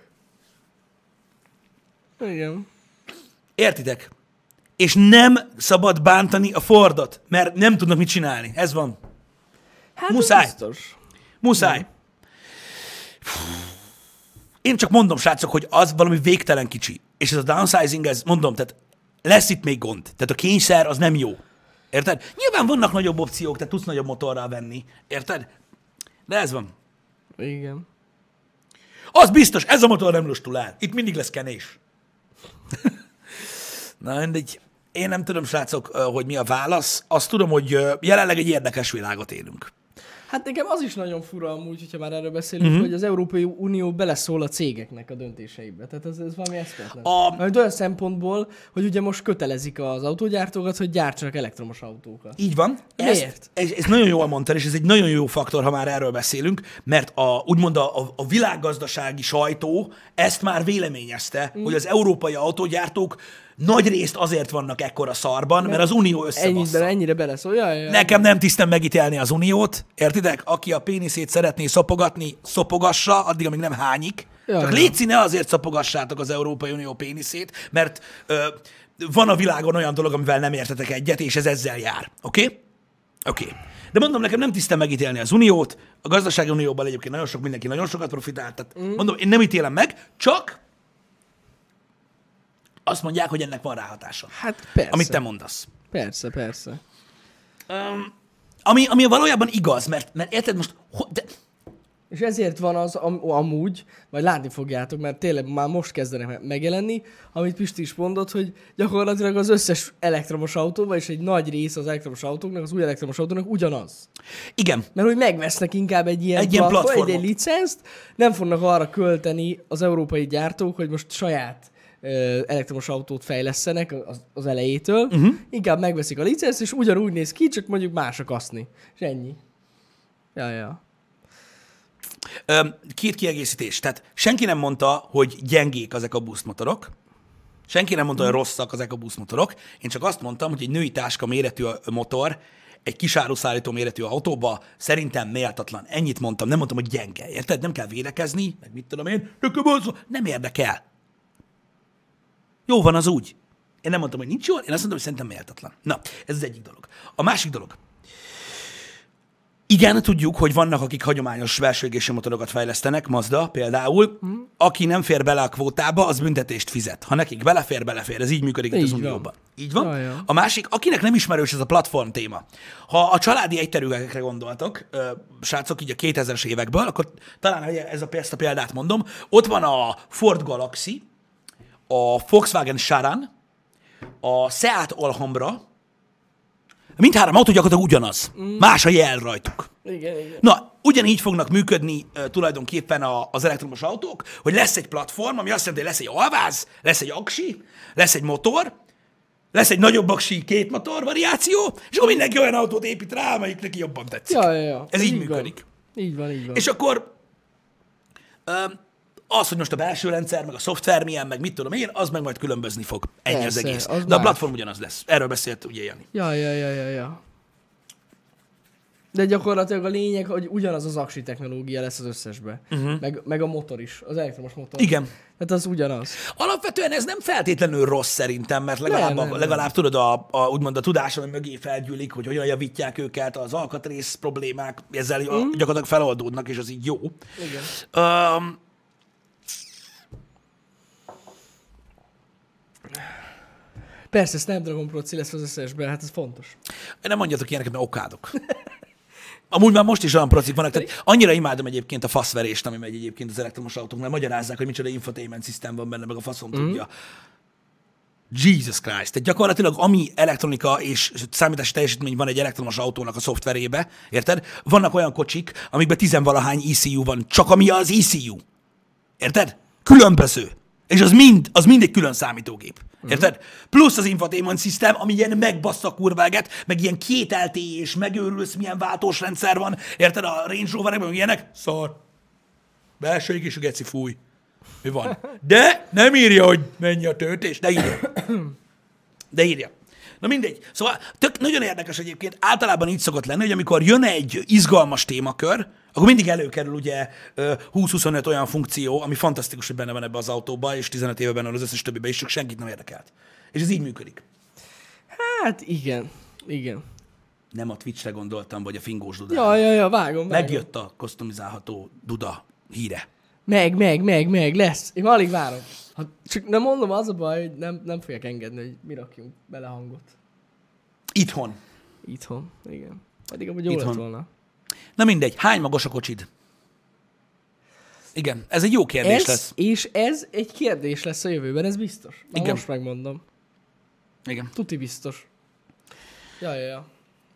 Igen. Értitek? És nem szabad bántani a Fordot, mert nem tudnak mit csinálni. Ez van. Hát Muszáj. az biztos. Muszáj. Én csak mondom, srácok, hogy az valami végtelen kicsi. És ez a downsizing, ez mondom, tehát lesz itt még gond. Tehát a kényszer az nem jó. Érted? Nyilván vannak nagyobb opciók, tehát tudsz nagyobb motorral venni. Érted? De ez van. Igen. Az biztos, ez a motor nem lustul el. Itt mindig lesz kenés. Na mindegy. Én nem tudom, srácok, hogy mi a válasz. Azt tudom, hogy jelenleg egy érdekes világot élünk. Hát nekem az is nagyon fura amúgy, hogyha már erről beszélünk, Mhm. uh-huh. hogy az Európai Unió beleszól a cégeknek a döntéseibe. Tehát ez, ez valami eszméletlen. A- Mert olyan szempontból, hogy ugye most kötelezik az autógyártókat, hogy gyártsanak elektromos autókat. Így van. Miért? Ez, ez nagyon jól mondtad, és ez egy nagyon jó faktor, ha már erről beszélünk, mert a, úgymond a, a, a világgazdasági sajtó ezt már véleményezte, mm. hogy az európai autógyártók nagy részt azért vannak ekkora szarban, mert, mert az Unió Ennyire, összebassza. ennyire beleszól. Jaj, jaj. Nekem nem tisztem megítélni az Uniót, értitek? Aki a péniszét szeretné szopogatni, szopogassa, addig, amíg nem hányik. Ja, Csak ja. létszi, ne azért szopogassátok az Európai Unió péniszét, mert ö, van a világon olyan dolog, amivel nem értetek egyet, és ez ezzel jár. Oké? Okay? Oké. Okay. De mondom, nekem nem tisztem megítélni az Uniót, a gazdasági unióban egyébként nagyon sok mindenki nagyon sokat profitált, tehát mm. mondom, én nem ítélem meg, csak azt mondják, hogy ennek van ráhatása. Hát persze. Amit te mondasz. Persze, persze. Um, ami, ami valójában igaz, mert, mert érted most, ho, de, És ezért van az am- amúgy, majd látni fogjátok, mert tényleg már most kezdenek me- megjelenni, amit Pisti is mondott, hogy gyakorlatilag az összes elektromos autóban, és egy nagy rész az elektromos autóknak, az új elektromos autóknak ugyanaz. igen, Mert hogy megvesznek inkább egy ilyen, Egy ilyen platform, egy, platformot. egy licenzt, nem fognak arra költeni az európai gyártók, hogy most saját ö, elektromos autót fejlesztenek az, az elejétől, uh-huh. inkább megveszik a licenzt, és ugyanúgy néz ki, csak mondjuk más a kaszni. És ennyi. Ja, ja. Öm, két kiegészítés. Tehát senki nem mondta, hogy gyengék ezek a buszmotorok. Senki nem mondta, hogy rosszak ezek a buszmotorok. Én csak azt mondtam, hogy egy női táska méretű a motor egy kisáruszállító méretű autóba szerintem méltatlan. Ennyit mondtam, nem mondtam, hogy gyenge. Érted? Nem kell védekezni, meg mit tudom én. Nem érdekel. Jó van az úgy. Én nem mondtam, hogy nincs jól, én azt mondtam, hogy szerintem méltatlan. Na, ez az egyik dolog. A másik dolog. Igen, tudjuk, hogy vannak, akik hagyományos belső égésű motorokat fejlesztenek, Mazda például. Mm. Aki nem fér bele a kvótába, az büntetést fizet. Ha nekik belefér, belefér. Ez így működik itt Így az van. Unióban. Így van? Ja, ja. A másik, akinek nem ismerős ez a platform téma. Ha a családi egyterűekre gondoltok, ö, srácok, így a kétezres évekből, akkor talán ez a, ezt a példát mondom. Ott van a Ford Galaxy, a Volkswagen Charan, a Seat Alhambra. Mindhárom autó gyakorlatilag ugyanaz. Mm. Más a jel rajtuk. Igen, igen. Na, ugyanígy fognak működni uh, tulajdonképpen a, az elektromos autók, hogy lesz egy platform, ami azt jelenti, hogy lesz egy alváz, lesz egy aksi, lesz egy motor, lesz egy nagyobb aksi két motor variáció, és akkor mindenki olyan autót épít rá, amelyik neki jobban tetszik. Ja, ja, ja. Ez így, így van. működik. Így van, így van. És akkor uh, az, hogy most a belső rendszer, meg a szoftver milyen, meg mit tudom én, az meg majd különbözni fog. Ennyi Persze, az egész. az De a más. platform ugyanaz lesz. Erről beszélt ugye Jani. Ja, ja, ja, ja, ja. De gyakorlatilag a lényeg, hogy ugyanaz az aksi technológia lesz az összesbe. Uh-huh. Meg, meg a motor is, az elektromos motor. Igen. Tehát az ugyanaz. Alapvetően ez nem feltétlenül rossz szerintem, mert legalább, Nem, a, nem, legalább tudod, a, a, úgymond a tudás, ami mögé felgyűlik, hogy hogyan javítják őket, az alkatrész problémák, ezzel mm. gyakorlatilag feloldódnak, és az így jó. Igen. Um, Persze, Snapdragon proci lesz az összesben, hát ez fontos. Nem mondjatok ilyeneket, mert okádok. Amúgy már most is olyan procik vannak, tehát annyira imádom egyébként a faszverést, ami megy egyébként az elektromos autóknál. Magyarázzák, hogy micsoda infotainment system van benne, meg a faszom mm. tudja. Jesus Christ. Tehát gyakorlatilag ami elektronika és számítási teljesítmény van egy elektromos autónak a szoftverébe, érted? Vannak olyan kocsik, amikben tizenvalahány E C U van, csak ami az E C U. Érted? Különböző. És az mind, az mind egy külön számítógép. Érted? Plusz az infotainment system, ami ilyen megbassza kurváget, meg ilyen két el té é és megőrülsz, milyen váltós rendszer van. Érted? A Range Roverekben ilyenek? Szar. Belső égésű geci, fúj. Mi van? De nem írja, hogy mennyi a töltés. De írja. De írja. Na mindegy. Szóval tök nagyon érdekes egyébként. Általában így szokott lenni, hogy amikor jön egy izgalmas témakör, akkor mindig előkerül ugye húsz-huszonöt olyan funkció, ami fantasztikus, hogy benne van ebbe az autóba, és tizenöt éve benne van az összes többibe is, csak senkit nem érdekelt. És ez így működik. Hát igen. Igen. Nem a Twitchre gondoltam, vagy a fingós Dudára. Ja, ja, ja, vágom, vágom. Megjött a customizálható Duda híre. Meg, meg, meg, meg, lesz. Én alig várom. Ha csak nem mondom, az a baj, hogy nem, nem fogják engedni, hogy mi rakjunk bele hangot. Itthon. Itthon, igen. Pedig amúgy jó lett volna. Na mindegy, hány magas a kocsid? Igen, ez egy jó kérdés ez, lesz. És ez egy kérdés lesz a jövőben, ez biztos. Már igen. Most megmondom. Igen. Tuti biztos. Ja, ja, ja.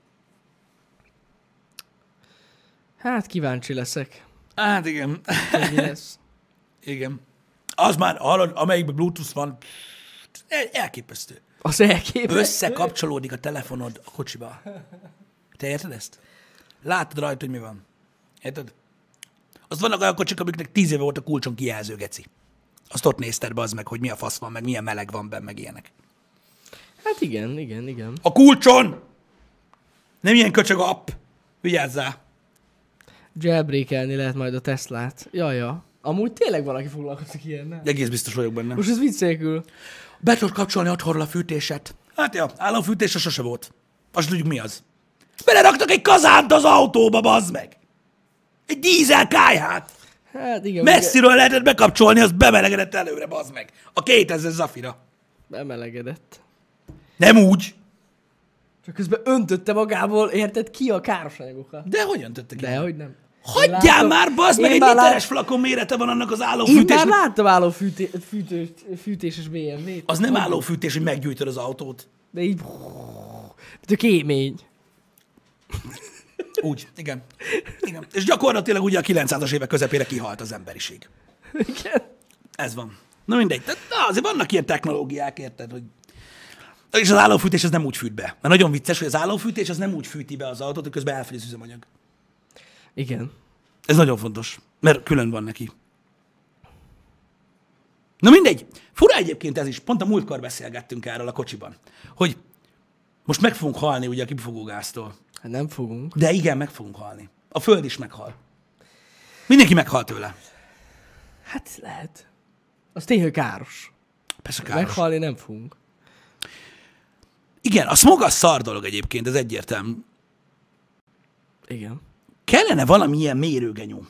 Hát kíváncsi leszek. Hát igen. Hogy mi lesz. Igen. Az már, hallod, amelyikben Bluetooth van, elképesztő. Az elképesztő. Összekapcsolódik a telefonod a kocsiba. Te érted ezt? Látod rajta, hogy mi van. Érted? Azt vannak olyan kocsik, amiknek tíz éve volt a kulcson kijelző, geci. Azt ott nézted be az meg, hogy mi a fasz van, meg milyen meleg van benne, meg ilyenek. Hát igen, igen, igen. A kulcson! Nem ilyen köcsög app. Vigyázzál. Jailbreakelni lehet majd a Teslát. Jaja. Amúgy tényleg valaki foglalkozik ilyennel. Egész biztos vagyok benne. Most ez vicc nélkül. Be tudod kapcsolni otthonról a fűtéset. Hát ja, államfűtése sose volt. Azt tudjuk mi az. Beleraktak egy kazánt az autóba, bazd meg! Egy dízel kályhát! Hát igen. Messziről ugye... lehetett bekapcsolni, az bemelegedett előre, bazd meg. A kétezer Zafira. Bemelegedett. Nem úgy. Csak közben öntötte magából, érted, ki a káros anyagokat. De hogy öntötte ki? Dehogy nem. Hagyjál láttam, már, bazd meg, egy lát... literes flakon mérete van annak az Én állófűtésnek. már láttam állófűtés fűtő, fűtéses bé em vét. Az nem állófűtés, hogy meggyújtod az autót. De így... De kémény. Úgy, igen. igen. És gyakorlatilag ugye a kilencszázas évek közepére kihalt az emberiség. Igen. Ez van. Na mindegy. Tehát, na, azért vannak ilyen technológiák, érted, hogy... És az állófűtés az nem úgy fűt be. Mert nagyon vicces, hogy az állófűtés az nem úgy fűti be az autót, hogy közben elfogy az üzemanyag. Igen. Ez nagyon fontos, mert külön van neki. Na mindegy. Fura egyébként ez is. Pont a múltkor beszélgettünk erről a kocsiban, hogy most meg fogunk halni ugye a kipufogógáztól. Hát nem fogunk. De igen, meg fogunk halni. A Föld is meghal. Mindenki meghal tőle. Hát lehet. Az tényleg káros. Persze káros. Meghalni nem fogunk. Igen, a smog az szar dolog egyébként, ez egyértelmű. Igen. Kellene valamilyen mérőgenyó.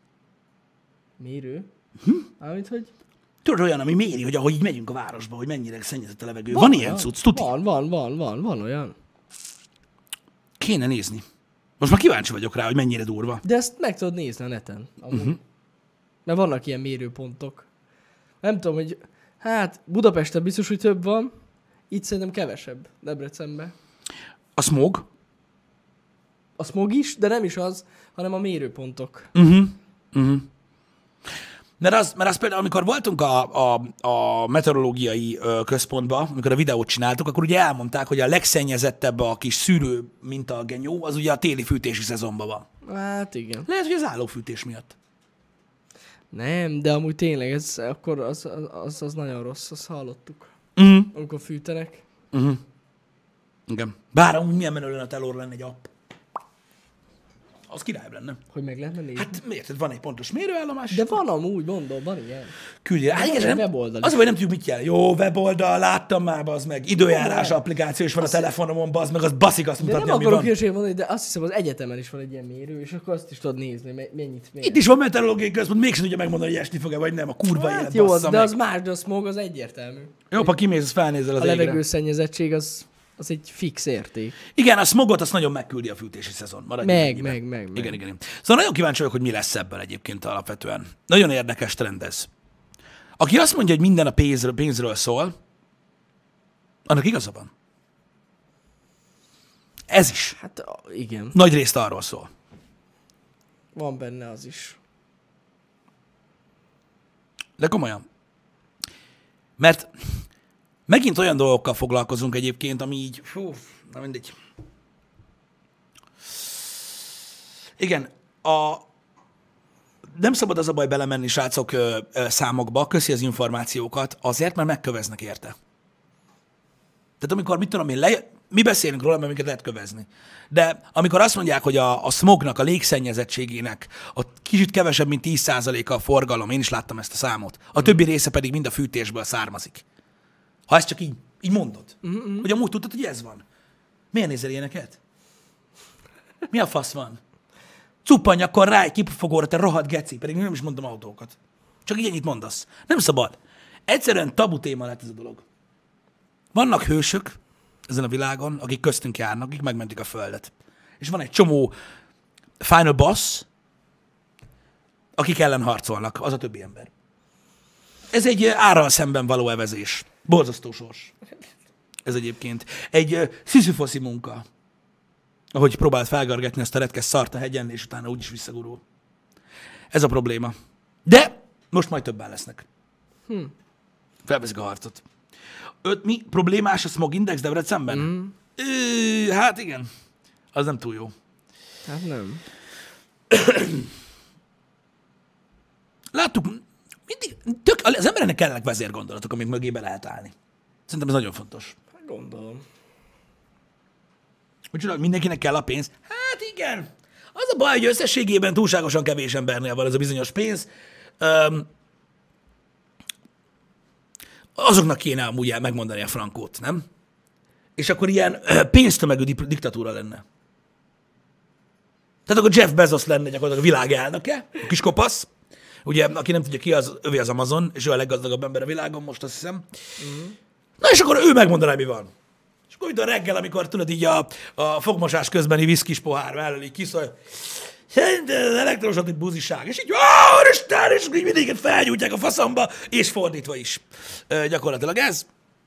Mérő? Hm? Amit, hogy... Tudod, olyan, ami méri, hogy ahogy így megyünk a városba, hogy mennyire szennyezett a levegő. Van, van ilyen cucc, tuti? Van, van, van, van, van olyan. Kéne nézni. Most már kíváncsi vagyok rá, hogy mennyire durva. De ezt meg tudod nézni a neten. Uh-huh. Mert vannak ilyen mérőpontok. Nem tudom, hogy... Hát, Budapesten biztos, hogy több van. Itt szerintem kevesebb. Debrecenben. A smog? A smog is, de nem is az, hanem a mérőpontok. Uh-huh. Uh-huh. Mert az, mert az például, amikor voltunk a, a, a meteorológiai központban, amikor a videót csináltuk, akkor ugye elmondták, hogy a legszennyezettebb a kis szűrő mintagenyó, az ugye a téli fűtési szezonban van. Hát igen. Lehet, hogy az állófűtés miatt. Nem, de amúgy tényleg, ez, akkor az, az, az nagyon rossz, azt hallottuk. Uh-huh. Amikor fűtenek. Uh-huh. Igen. Bár amúgy milyen menő lenne a Telor lenne egy app. Az király lenne. Hogy meg lehetne nézni. Hát miért? Van egy pontos mérőállomás. De van amúgy, mondom, van ilyen. Küldjél. Hát Van igen, egy nem, weboldal az, is. hogy nem tudjuk, mit jelent. Jó, weboldal, láttam már, az meg. Időjárás Jó, applikáció is van a telefonomon, az meg, az baszik azt De mutatni, nem ami akarok van. hülyeséget mondani, de azt hiszem az egyetemen is van egy ilyen mérő, és akkor azt is tudod nézni, me- mennyit mér. Itt is van meteorológiai központ, mégsem tudja megmondani, hogy esni fog-e, vagy nem. A kurva Hát élet jó, az, bassza de meg. az más, de a smog az egyértelmű. Jobb, ha kimész, az felnézel az A égre. levegőszennyezettség az, az egy fix érték. Igen, a smogot azt nagyon megküldi a fűtési szezon. Maradjunk Meg, ennyiben. meg, meg, meg. Igen, igen, igen. Szóval nagyon kíváncsi vagyok, hogy mi lesz ebből egyébként alapvetően. Nagyon érdekes trend ez. Aki azt mondja, hogy minden a pénzről, pénzről szól, annak igaza van. Ez is Hát a- igen, nagy részt arról szól. van benne az is. De komolyan. Mert megint olyan dolgokkal foglalkozunk egyébként, ami így, fú, na mindegy. Igen, a, nem szabad az a baj belemenni, srácok, ö, ö, számokba, köszi az információkat, azért, mert megköveznek érte. Tehát amikor, mit tudom én, le, mi beszélünk róla, mert minket lehet kövezni. De amikor azt mondják, hogy a, a smognak, a légszennyezettségének ott kicsit kevesebb, mint tíz százaléka a forgalom, én is láttam ezt a számot, a többi része pedig mind a fűtésből származik. Ha ezt csak így, így mondod, mm-mm. hogy amúgy tudtad, hogy ez van. Miért nézel ilyeneket? Mi a fasz van? Cuppanj akkor rá egy kipufogóra, te rohadt geci, pedig nem is mondom autókat. Csak így ennyit mondasz. Nem szabad. Egyszerűen tabu téma lett ez a dolog. Vannak hősök ezen a világon, akik köztünk járnak, akik megmentik a Földet. És van egy csomó final boss, akik ellen harcolnak, az a többi ember. Ez egy árral szemben való evezés. Borzasztó sors. Ez egyébként egy sziszifoszi munka, ahogy próbált felgargetni ezt a retkes szart a hegyen, és utána úgyis visszagurul. Ez a probléma. De most majd többen lesznek. Hm. Felveszik a harcot. Öt, mi? Problémás a smog index Debrecenben? Mm. Ö, hát igen. Az nem túl jó. Hát nem. Láttuk, mindig, tök, az embernek kellenek vezérgondolatok, amik mögébe lehet állni. Szerintem ez nagyon fontos. Hát gondolom. Hogy csinál, mindenkinek kell a pénz? Hát igen. Az a baj, hogy összességében túlságosan kevés embernél van ez a bizonyos pénz. Öm, azoknak kéne amúgy megmondani a frankót, nem? És akkor ilyen pénztömegű diktatúra lenne. Tehát akkor Jeff Bezos lenne gyakorlatilag a világ elnöke, a kis kopasz. Ugye, aki nem tudja ki, az övé az Amazon, és ő a leggazdagabb ember a világon, most azt hiszem. Uh-huh. Na és akkor ő megmondaná, mi van. És akkor mint a reggel, amikor tudod így a, a fogmosás közbeni viszkis pohár mellől így kiszól, szerintem az elektromosat egy buziság. És így, ó, Isten, és így mindig felgyújtják a faszomba, és fordítva is. Ö, gyakorlatilag ez.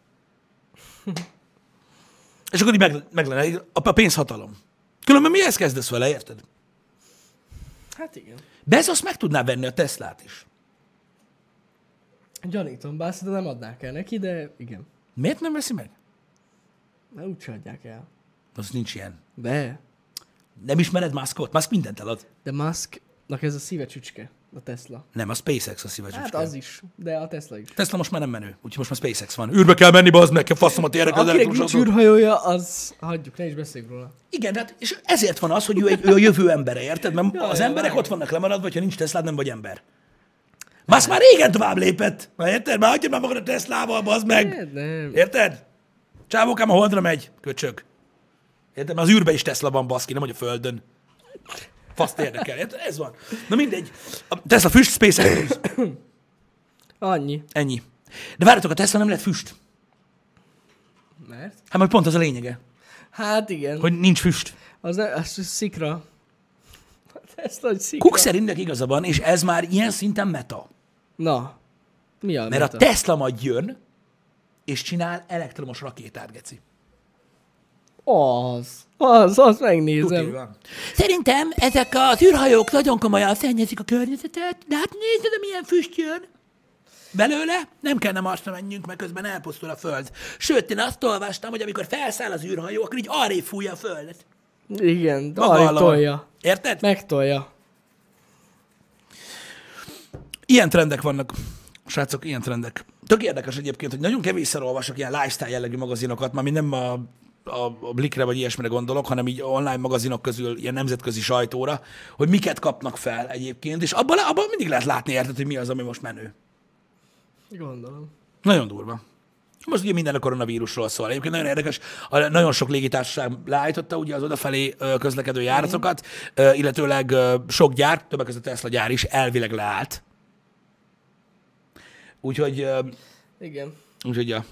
És akkor így meg, meg lenne a pénzhatalom. Különben mihez kezdesz vele, érted? Hát igen. Bezos meg tudná venni a Teslát is. Gyanítom, bár szerintem nem adnák el neki, de igen. Miért nem veszi meg? Na úgyse adják el. Az nincs ilyen. De. Nem ismered Muskot? Musk mindent elad. De Musknak ez a szíve csücske, a Tesla. Nem, a SpaceX a szíves Hát az is, de a Tesla is. Tesla most már nem menő, úgyhogy most már SpaceX van. űrbe kell menni, bazd meg, kell faszomat érek az Akinek elektromos nincs autót. űrhajója, az hagyjuk, ne is beszéljünk róla. Igen, hát, és ezért van az, hogy ő, egy, ő a jövő embere, érted? Mert Ja, az ja, emberek vágom. ott vannak lemaradva, hogyha nincs Teslád, nem vagy ember. Musk már régen tovább lépett. Már érted? Már hagyjad már magad a Teslával, bazd meg. Hát nem. Érted? Csávókám a holdra megy, köcsög. Érted? Mert az űrbe is Tesla van, baszki, nem hogy a földön. Faszt érdekel, érted? Ez van. Na mindegy. A Tesla füst, SpaceX. Annyi. Ennyi. De várjatok, a Tesla nem lett füst. Mert? Hát majd pont az a lényege, Hát igen. hogy nincs füst. Az, ne, az szikra. A Tesla, hogy szikra. Cook szerintnek igaza van, és ez már ilyen szinten meta. Na. Mi a Mert meta? a Tesla majd jön, és csinál elektromos rakétát, geci. Az. Az, azt Tuti megnézem. van. Szerintem ezek az űrhajók nagyon komolyan szennyezik a környezetet, de hát nézd, milyen füst jön. Belőle nem kellene Marsra menjünk, mert közben elpusztul a Föld. Sőt, én azt olvastam, hogy amikor felszáll az űrhajó, akkor így arrébb fújja a Földet. Igen, Maga arra alól. tolja. Érted? Megtolja. Ilyen trendek vannak. Srácok, ilyen trendek. Tök érdekes egyébként, hogy nagyon kevésszer olvasok ilyen lifestyle jellegű magazinokat, már mi nem a a, a Blikre vagy ilyesmire gondolok, hanem így online magazinok közül, ilyen nemzetközi sajtóra, hogy miket kapnak fel egyébként, és abban, abban mindig lehet látni, érted, hogy mi az, ami most menő. Gondolom. Nagyon durva. Most ugye minden a koronavírusról szól. Egyébként nagyon érdekes, a- nagyon sok légitársaság leállította ugye az odafelé ö, közlekedő járatokat, ö, illetőleg ö, sok gyár, többek között a Tesla gyár is elvileg leállt. Úgyhogy, ö, Igen. úgyhogy ja.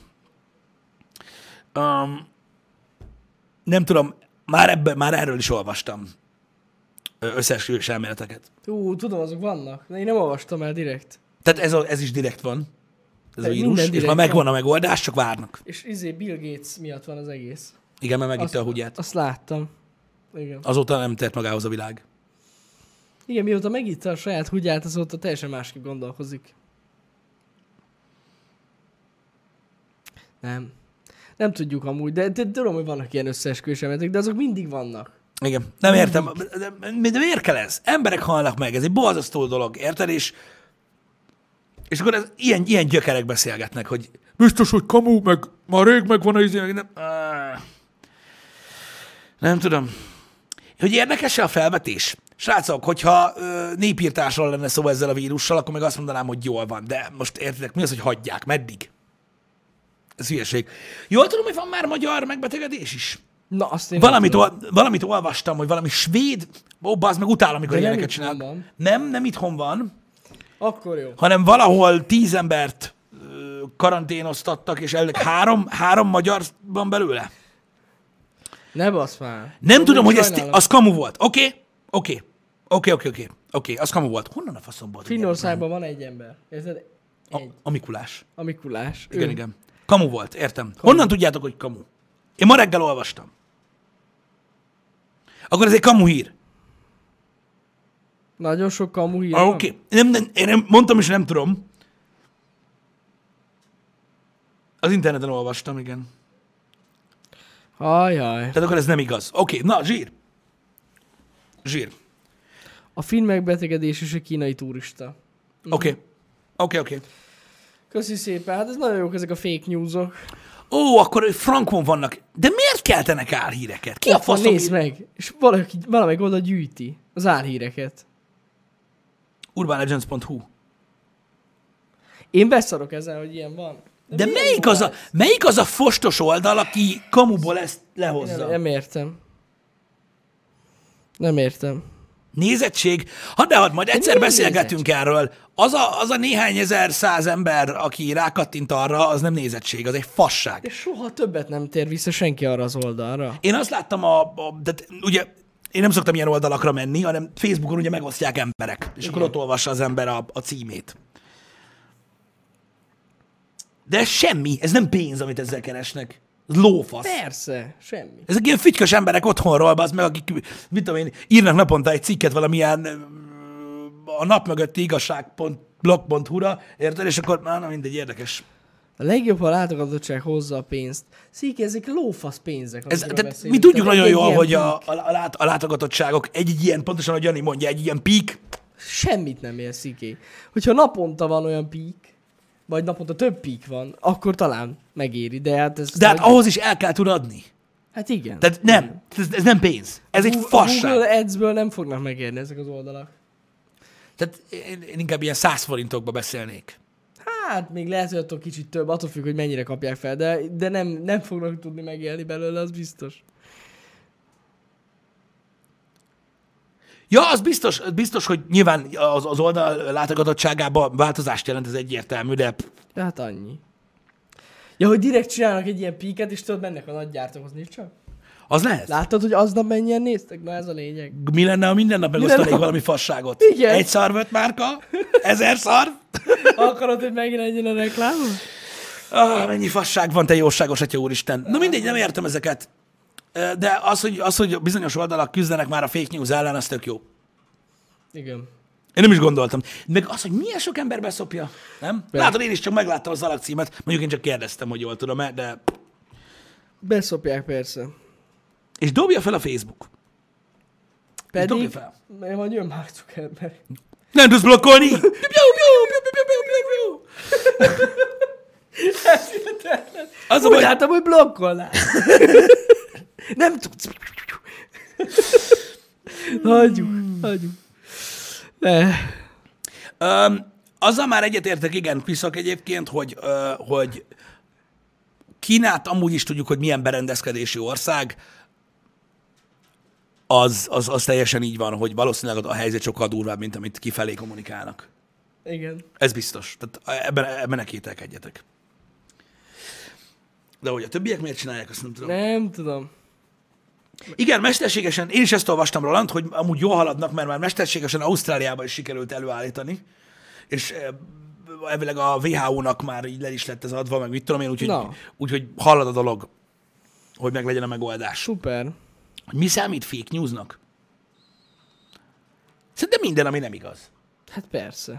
Um, nem tudom, már, ebbe, már erről is olvastam ö, összeesküvés elméleteket. Ú, tudom, azok vannak. De én nem olvastam el direkt. Tehát ez, a, ez is direkt van, ez a Minden vírus, és direkt már megvan van. a megoldás, csak várnak. És izé Bill Gates miatt van az egész. Igen, mert megitta Azt, a húgyát. azt láttam. Igen. Azóta nem tért magához a világ. Igen, mióta megitta a saját húgyát, azóta teljesen másképp gondolkozik. Nem. Nem tudjuk amúgy, de, de tudom, hogy vannak ilyen összeesküvés elméletek, de azok mindig vannak. Igen, nem értem. De, de, de miért kell ez? Emberek halnak meg, ez egy borzasztó dolog, érted? És, és akkor ez, ilyen, ilyen gyökerek beszélgetnek, hogy biztos, hogy kamu, meg már rég megvan az izé, nem, Ah. nem tudom. Hogy érdekes-e a felvetés? Srácok, hogyha ö, népírtásról lenne szó ezzel a vírussal, akkor meg azt mondanám, hogy jól van. De most értitek, mi az, hogy hagyják? Meddig? Ez hülyeség. Jól tudom, hogy van már magyar megbetegedés is. Na, azt én Valamit, nem tudom. ol, valamit olvastam, hogy valami svéd, ó, bazd meg, utálom, amikor De nem ilyeneket itthon csinálnak. van. Nem, nem itthon van, Akkor jó. hanem valahol tíz embert ö, karanténoztattak, és elvileg három, három magyar van belőle. Ne basz már. Nem Akkor tudom, még hogy ez sajnálom. az kamu volt. Oké? Okay? Oké. Okay. Oké, okay, oké, okay, oké. Okay. Oké, okay, az kamu volt. Honnan a faszomból? tudják? Finnországban van egy ember. Érted? A, Egy. a Mikulás. A Mikulás. Igen, Ő. igen. Kamu volt, értem. Honnan tudjátok, hogy kamu? Én ma reggel olvastam. Akkor ez egy kamu hír. Nagyon sok kamu hír Ah, van. Oké. Okay. Nem, nem, én nem, mondtam is, nem tudom. Az interneten olvastam, igen. Ajaj. Tehát akkor ez nem igaz. Oké, okay, na, zsír. Zsír. A finn megbetegedés és a kínai turista. Oké. Okay. Oké, okay, oké. Okay. Köszi szépen. Hát ez nagyon jók ezek a fake newsok. Ó, akkor hogy frankon vannak. De miért keltenek álhíreket? Ki a Ott van, faszom? nézd meg. És valaki, valamelyik oldal gyűjti az álhíreket. urban legends pont hu. Én beszarok ezzel, hogy ilyen van. De miért melyik van az, a, ez? melyik az a fostos oldal, aki kamuból ezt Nem, lehozza? nem értem. Nem értem. Nézettség? Ha de, majd egyszer milyen beszélgetünk erről. Az a, az a néhány ezer száz ember, aki rákattint arra, az nem nézettség, az egy fasság. De soha többet nem tér vissza senki arra az oldalra. Én azt láttam, a, a, de ugye én nem szoktam ilyen oldalakra menni, hanem Facebookon ugye megosztják emberek, és akkor ott olvassa az ember a, a címét. De ez semmi, ez nem pénz, amit ezzel keresnek. Ez lófasz. Persze, semmi. Ezek ilyen fütykös emberek otthonról, az meg, akik, mit tudom én, írnak naponta egy cikket valamilyen ö, a nap mögötti igazság.blog pont hu-ra, érted? És akkor, na, na mindegy, érdekes. A legjobb, ha a látogatottság hozza a pénzt. Szíki, ezek lófasz pénzek. Ez, amikről tehát beszélünk. mi tudjuk Tehát nagyon egy jól, ilyen hogy a, pík. a, a, lát, a látogatottságok egy-egy ilyen, pontosan, ahogy Jani mondja, egy ilyen pík, Semmit nem ér, Sziké. Hogyha naponta van olyan pík, vagy naponta több pík van, akkor talán megéri, de hát ez... de hát hogy- ahhoz is el kell tudod adni. Hát igen. Tehát nem, ez, ez nem pénz. Ez egy Gu- A fasság. Google Ads-ből nem fognak megérni ezek az oldalak. Tehát én, én inkább ilyen száz forintokba beszélnék. Hát még lehet, hogy attól kicsit több, attól függ, hogy mennyire kapják fel, de, de nem, nem fognak tudni megélni belőle, az biztos. Ja, az biztos, biztos, hogy nyilván az, az oldal látogatottságában változást jelent, ez egyértelmű, de De hát annyi. Ja, hogy direkt csinálnak egy ilyen píket, és tudod, mennek a nagy gyártóhoz, nézd csak. az lehet. Láttad, hogy aznap mennyien néztek? Na ez a lényeg. Mi lenne, ha minden nap megosztanék nap? valami fasságot? Igen. Egy szarv öt márka? Ezer szarv? Akarod, hogy megjelenjen a reklám? Ah, mennyi fasság van, te jóságos atya úristen. Na mindegy, nem értem ezeket. De az, hogy, az, hogy bizonyos oldalak küzdenek már a fake news ellen, az tök jó. Igen. Én nem is gondoltam. Meg az, hogy milyen sok ember beszopja, nem? Persze. Látod, én is csak megláttam az alakcímet, mondjuk én csak kérdeztem, hogy jól tudom-e, de... Beszopják persze. És dobja fel a Facebook. dobja Pedig, fel. mert majd jön Mark Zuckerberg. Nem tudsz blokkolni? Piu, piu, piu, piu, piu, piu, piu. Ez hihetetlen. Az a Úgy baj, láttam, hogy blokkolnál. Nem tudsz. Hagyjuk, hagyjuk. Ne. Öm, azzal már egyetértek, igen, piszak egyébként, hogy, ö, hogy Kínát amúgy is tudjuk, hogy milyen berendezkedési ország, az, az, az teljesen így van, hogy valószínűleg a helyzet sokkal durvább, mint amit kifelé kommunikálnak. Igen. Ez biztos. Tehát ebben, ebben ne kételkedjetek. De hogy a többiek miért csinálják, azt nem tudom. Nem tudom. Igen, mesterségesen, én is ezt olvastam, Roland, hogy amúgy jól haladnak, mert már mesterségesen Ausztráliában is sikerült előállítani, és eh, elvileg a vé há ó-nak már így le is lett ez adva, meg mit tudom én, úgyhogy, Na. úgyhogy halad a dolog, hogy meg legyen a megoldás. Szuper. Mi számít fake newsnak? Szerintem minden, ami nem igaz. Hát persze.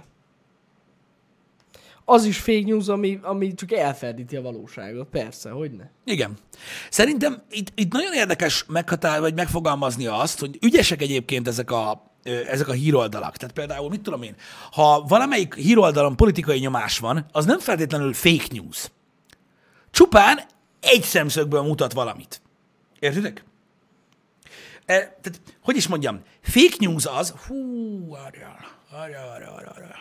Az is fake news, ami, ami csak elferdíti a valóságot. Persze, hogyne. Igen. Szerintem itt, itt nagyon érdekes meghatár, vagy megfogalmazni azt, hogy ügyesek egyébként ezek a, ö, ezek a híroldalak. Tehát például, mit tudom én, ha valamelyik híroldalon politikai nyomás van, az nem feltétlenül fake news. Csupán egy szemszögből mutat valamit. Értitek? E, tehát, hogy is mondjam, fake news az, hú, várjál, várjál, várjál, várjál.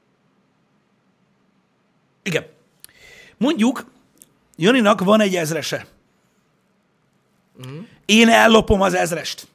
Igen. Mondjuk, Janinak van egy ezrese. Mm. Én ellopom az ezrest.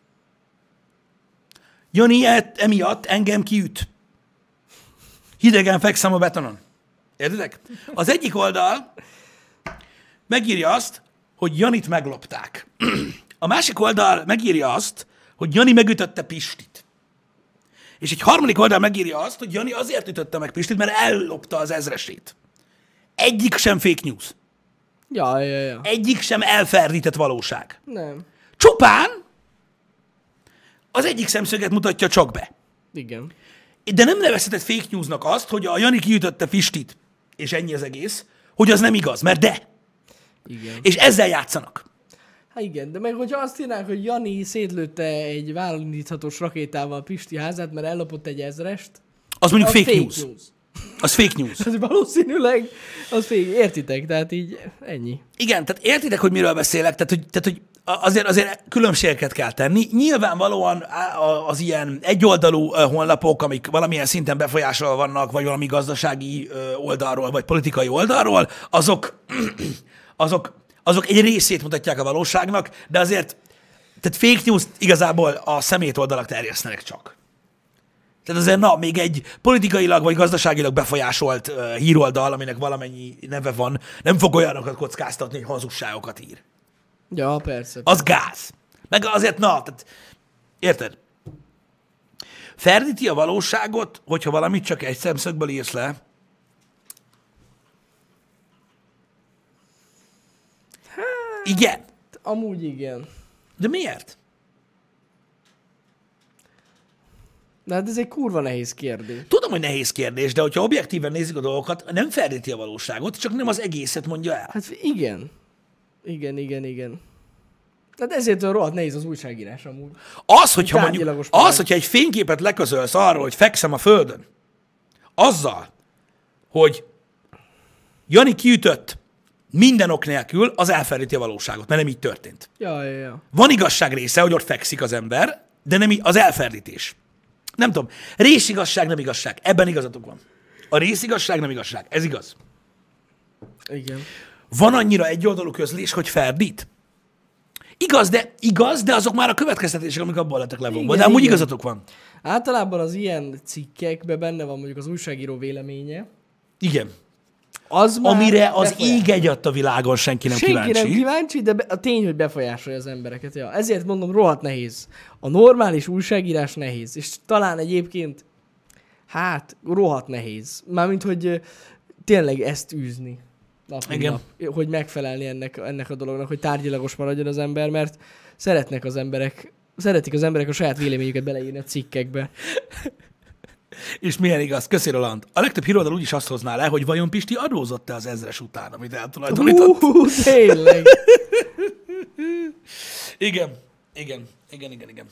Jani e- emiatt engem kiüt. Hidegen fekszem a betonon. Értitek? Az egyik oldal megírja azt, hogy Janit meglopták. A másik oldal megírja azt, hogy Jani megütötte Pistit. És egy harmadik oldal megírja azt, hogy Jani azért ütötte meg Pistit, mert ellopta az ezresét. Egyik sem fake news. Ja, ja, ja. Egyik sem elferdített valóság. Nem. Csupán az egyik szemszöget mutatja csak be. Igen. De nem nevezheted fake newsnak azt, hogy a Jani kiütötte Pistit, és ennyi az egész, hogy az nem igaz, mert de. Igen. És ezzel játszanak. Hát igen, de meg hogyha azt írnák, hogy Jani szétlőtte egy vállindíthatós rakétával Pisti házát, mert ellopott egy ezrest, Az mondjuk az fake, fake news. news. Az fake news. Az valószínűleg, az fake, értitek, tehát így ennyi. Igen, tehát értitek, hogy miről beszélek, tehát hogy, tehát, hogy azért, azért különbségeket kell tenni. Nyilvánvalóan az ilyen egyoldalú honlapok, amik valamilyen szinten befolyásolva vannak, vagy valami gazdasági oldalról, vagy politikai oldalról, azok, azok, azok egy részét mutatják a valóságnak, de azért, tehát fake news igazából a szemét oldalak terjesztenek csak. Tehát azért, na, még egy politikailag vagy gazdaságilag befolyásolt uh, híroldal, aminek valamennyi neve van, nem fog olyanokat kockáztatni, hogy hazugságokat ír. Ja, persze. Az gáz. Meg azért, na, tehát, érted? Ferdíti a valóságot, hogyha valamit csak egy szemszögből írsz le. Igen. Amúgy igen. De miért? De hát ez egy kurva nehéz kérdés. Tudom, hogy nehéz kérdés, de hogyha objektíven nézzük a dolgokat, nem ferdíti a valóságot, csak nem az egészet mondja el. Hát igen. Igen, igen, igen. Tehát ezért olyan rohadt nehéz az újságírás amúgy. Az, hogyha mondjuk, Tárgyilagos az, parancs. hogyha egy fényképet leközölsz arról, hogy fekszem a földön, azzal, hogy Jani kiütött minden ok nélkül, az elferdíti a valóságot, mert nem így történt. Ja, ja, ja. Van igazság része, hogy ott fekszik az ember, de nem í- az elferdítés. Nem tudom. Részigazság, nem igazság. Ebben igazatok van. A részigazság, nem igazság. Ez igaz. Igen. Van annyira egyoldalú közlés, hogy ferdít? Igaz, de igaz, de azok már a következtetések, amik abból lettek levonva. Igen, De amúgy igen. igazatok van. Általában az ilyen cikkekben benne van mondjuk az újságíró véleménye. Igen. Az már Amire az befolyás- ég egyadt a világon senki nem Senki kíváncsi. nem kíváncsi, de be- a tény, hogy befolyásolja az embereket. Ja. Ezért mondom, rohadt nehéz. A normális újságírás nehéz. És talán egyébként, hát, rohadt nehéz. Mármint, hogy ö, tényleg ezt űzni. Nap, mint Igen. nap, hogy megfelelni ennek, ennek a dolognak, hogy tárgyilagos maradjon az ember, mert szeretnek az emberek, szeretik az emberek a saját véleményüket beleírni a cikkekbe. És milyen igaz? Köszi, Roland. A legtöbb híroldal úgyis azt hozná le, hogy vajon Pisti adózott-e az ezres után, amit eltulajdonított. Hú, tényleg. Igen, igen, igen, igen, igen.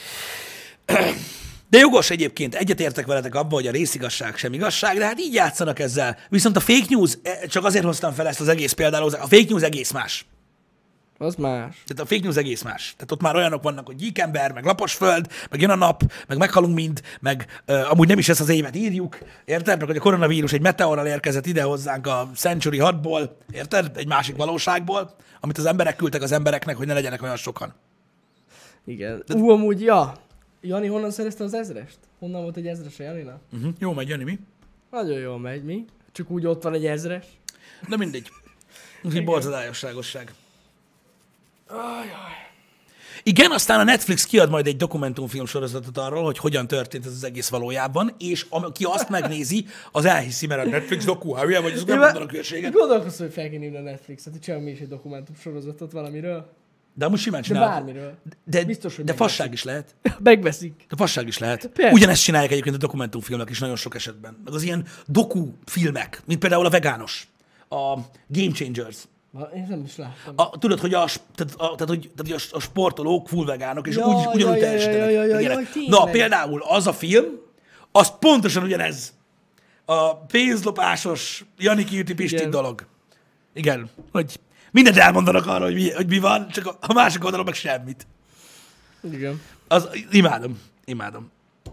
De jogos egyébként, egyetértek veletek abban, hogy a részigazság sem igazság, de hát így játszanak ezzel. Viszont a fake news, eh, csak azért hoztam fel ezt az egész például, a fake news egész más. Az más. Tehát a fake news egész más. Tehát ott már olyanok vannak, hogy gyíkember, meg lapos föld, meg jön a nap, meg meghalunk mind, meg uh, amúgy nem is ezt az évet írjuk, érted? Meg hogy a koronavírus egy meteorral érkezett ide hozzánk a Century hatból, érted? Egy másik valóságból, amit az emberek küldtek az embereknek, hogy ne legyenek olyan sokan. Igen. De... Ú, amúgy, ja. Jani honnan szerezte az ezrest? Honnan volt egy ezres a Janinak? Uh-huh. Jó megy, Jani, mi? Nagyon jól megy, mi? Csak úgy ott van egy ezres. De mindegy. Ez egy borzadályosságosság. Ajaj. Igen, aztán a Netflix kiad majd egy dokumentumfilm sorozatot arról, hogy hogyan történt ez az egész valójában, és aki azt megnézi, az elhiszi, mert a Netflix doku, hülye vagy, azok nem mondanak hülyeséget. Gondolkozom, hogy fel kéne írni a Netflixet, hogy csinálom mi is egy dokumentum sorozatot valamiről. De amúgy simán De csinál. bármiről. De, Biztos, hogy de megveszik. fasság is lehet. Megveszik. De fasság is lehet. Persze. Ugyanezt csinálják egyébként a dokumentumfilmek is nagyon sok esetben. Meg az ilyen doku-filmek, mint például a Vegános, a Game Changers. Na, én nem is láttam. A, tudod, hogy a, tehát, a, tehát, hogy, tehát, hogy a sportolók full vegánok, és Ja, úgy, ugyanúgy ja, teljesítenek. ja, ja, ja, ilyenek. ja, tényleg. Na, például az a film, az pontosan ugyanez. A pénzlopásos, Jani Kirti Pisti Igen. dolog. Igen, hogy mindent elmondanak arra, hogy mi, hogy mi van, csak a, a másik oldalon meg semmit. Igen. Az, imádom, imádom.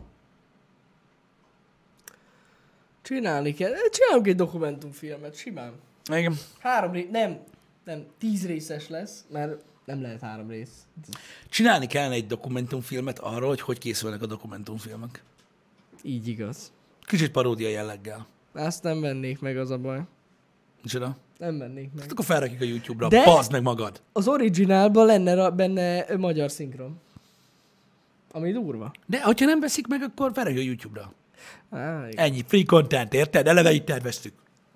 Csinálni kell. Csinálunk egy dokumentumfilmet, simán. Igen. Három rész, nem, nem, tíz részes lesz, mert nem lehet három rész. Csinálni kellene egy dokumentumfilmet arról, hogy hogy készülnek a dokumentumfilmek. Így igaz. Kicsit paródia jelleggel. Azt nem vennék meg, az a baj. Micsoda? Nem vennék meg. Hát akkor felrakjuk a YouTube-ra. De- Pazd meg magad. Az originálban lenne ra- benne magyar szinkron. Ami durva. De hogyha nem veszik meg, akkor felrakjuk a YouTube-ra. Á, igen. Ennyi. Free content, érted? Eleve így terveztük.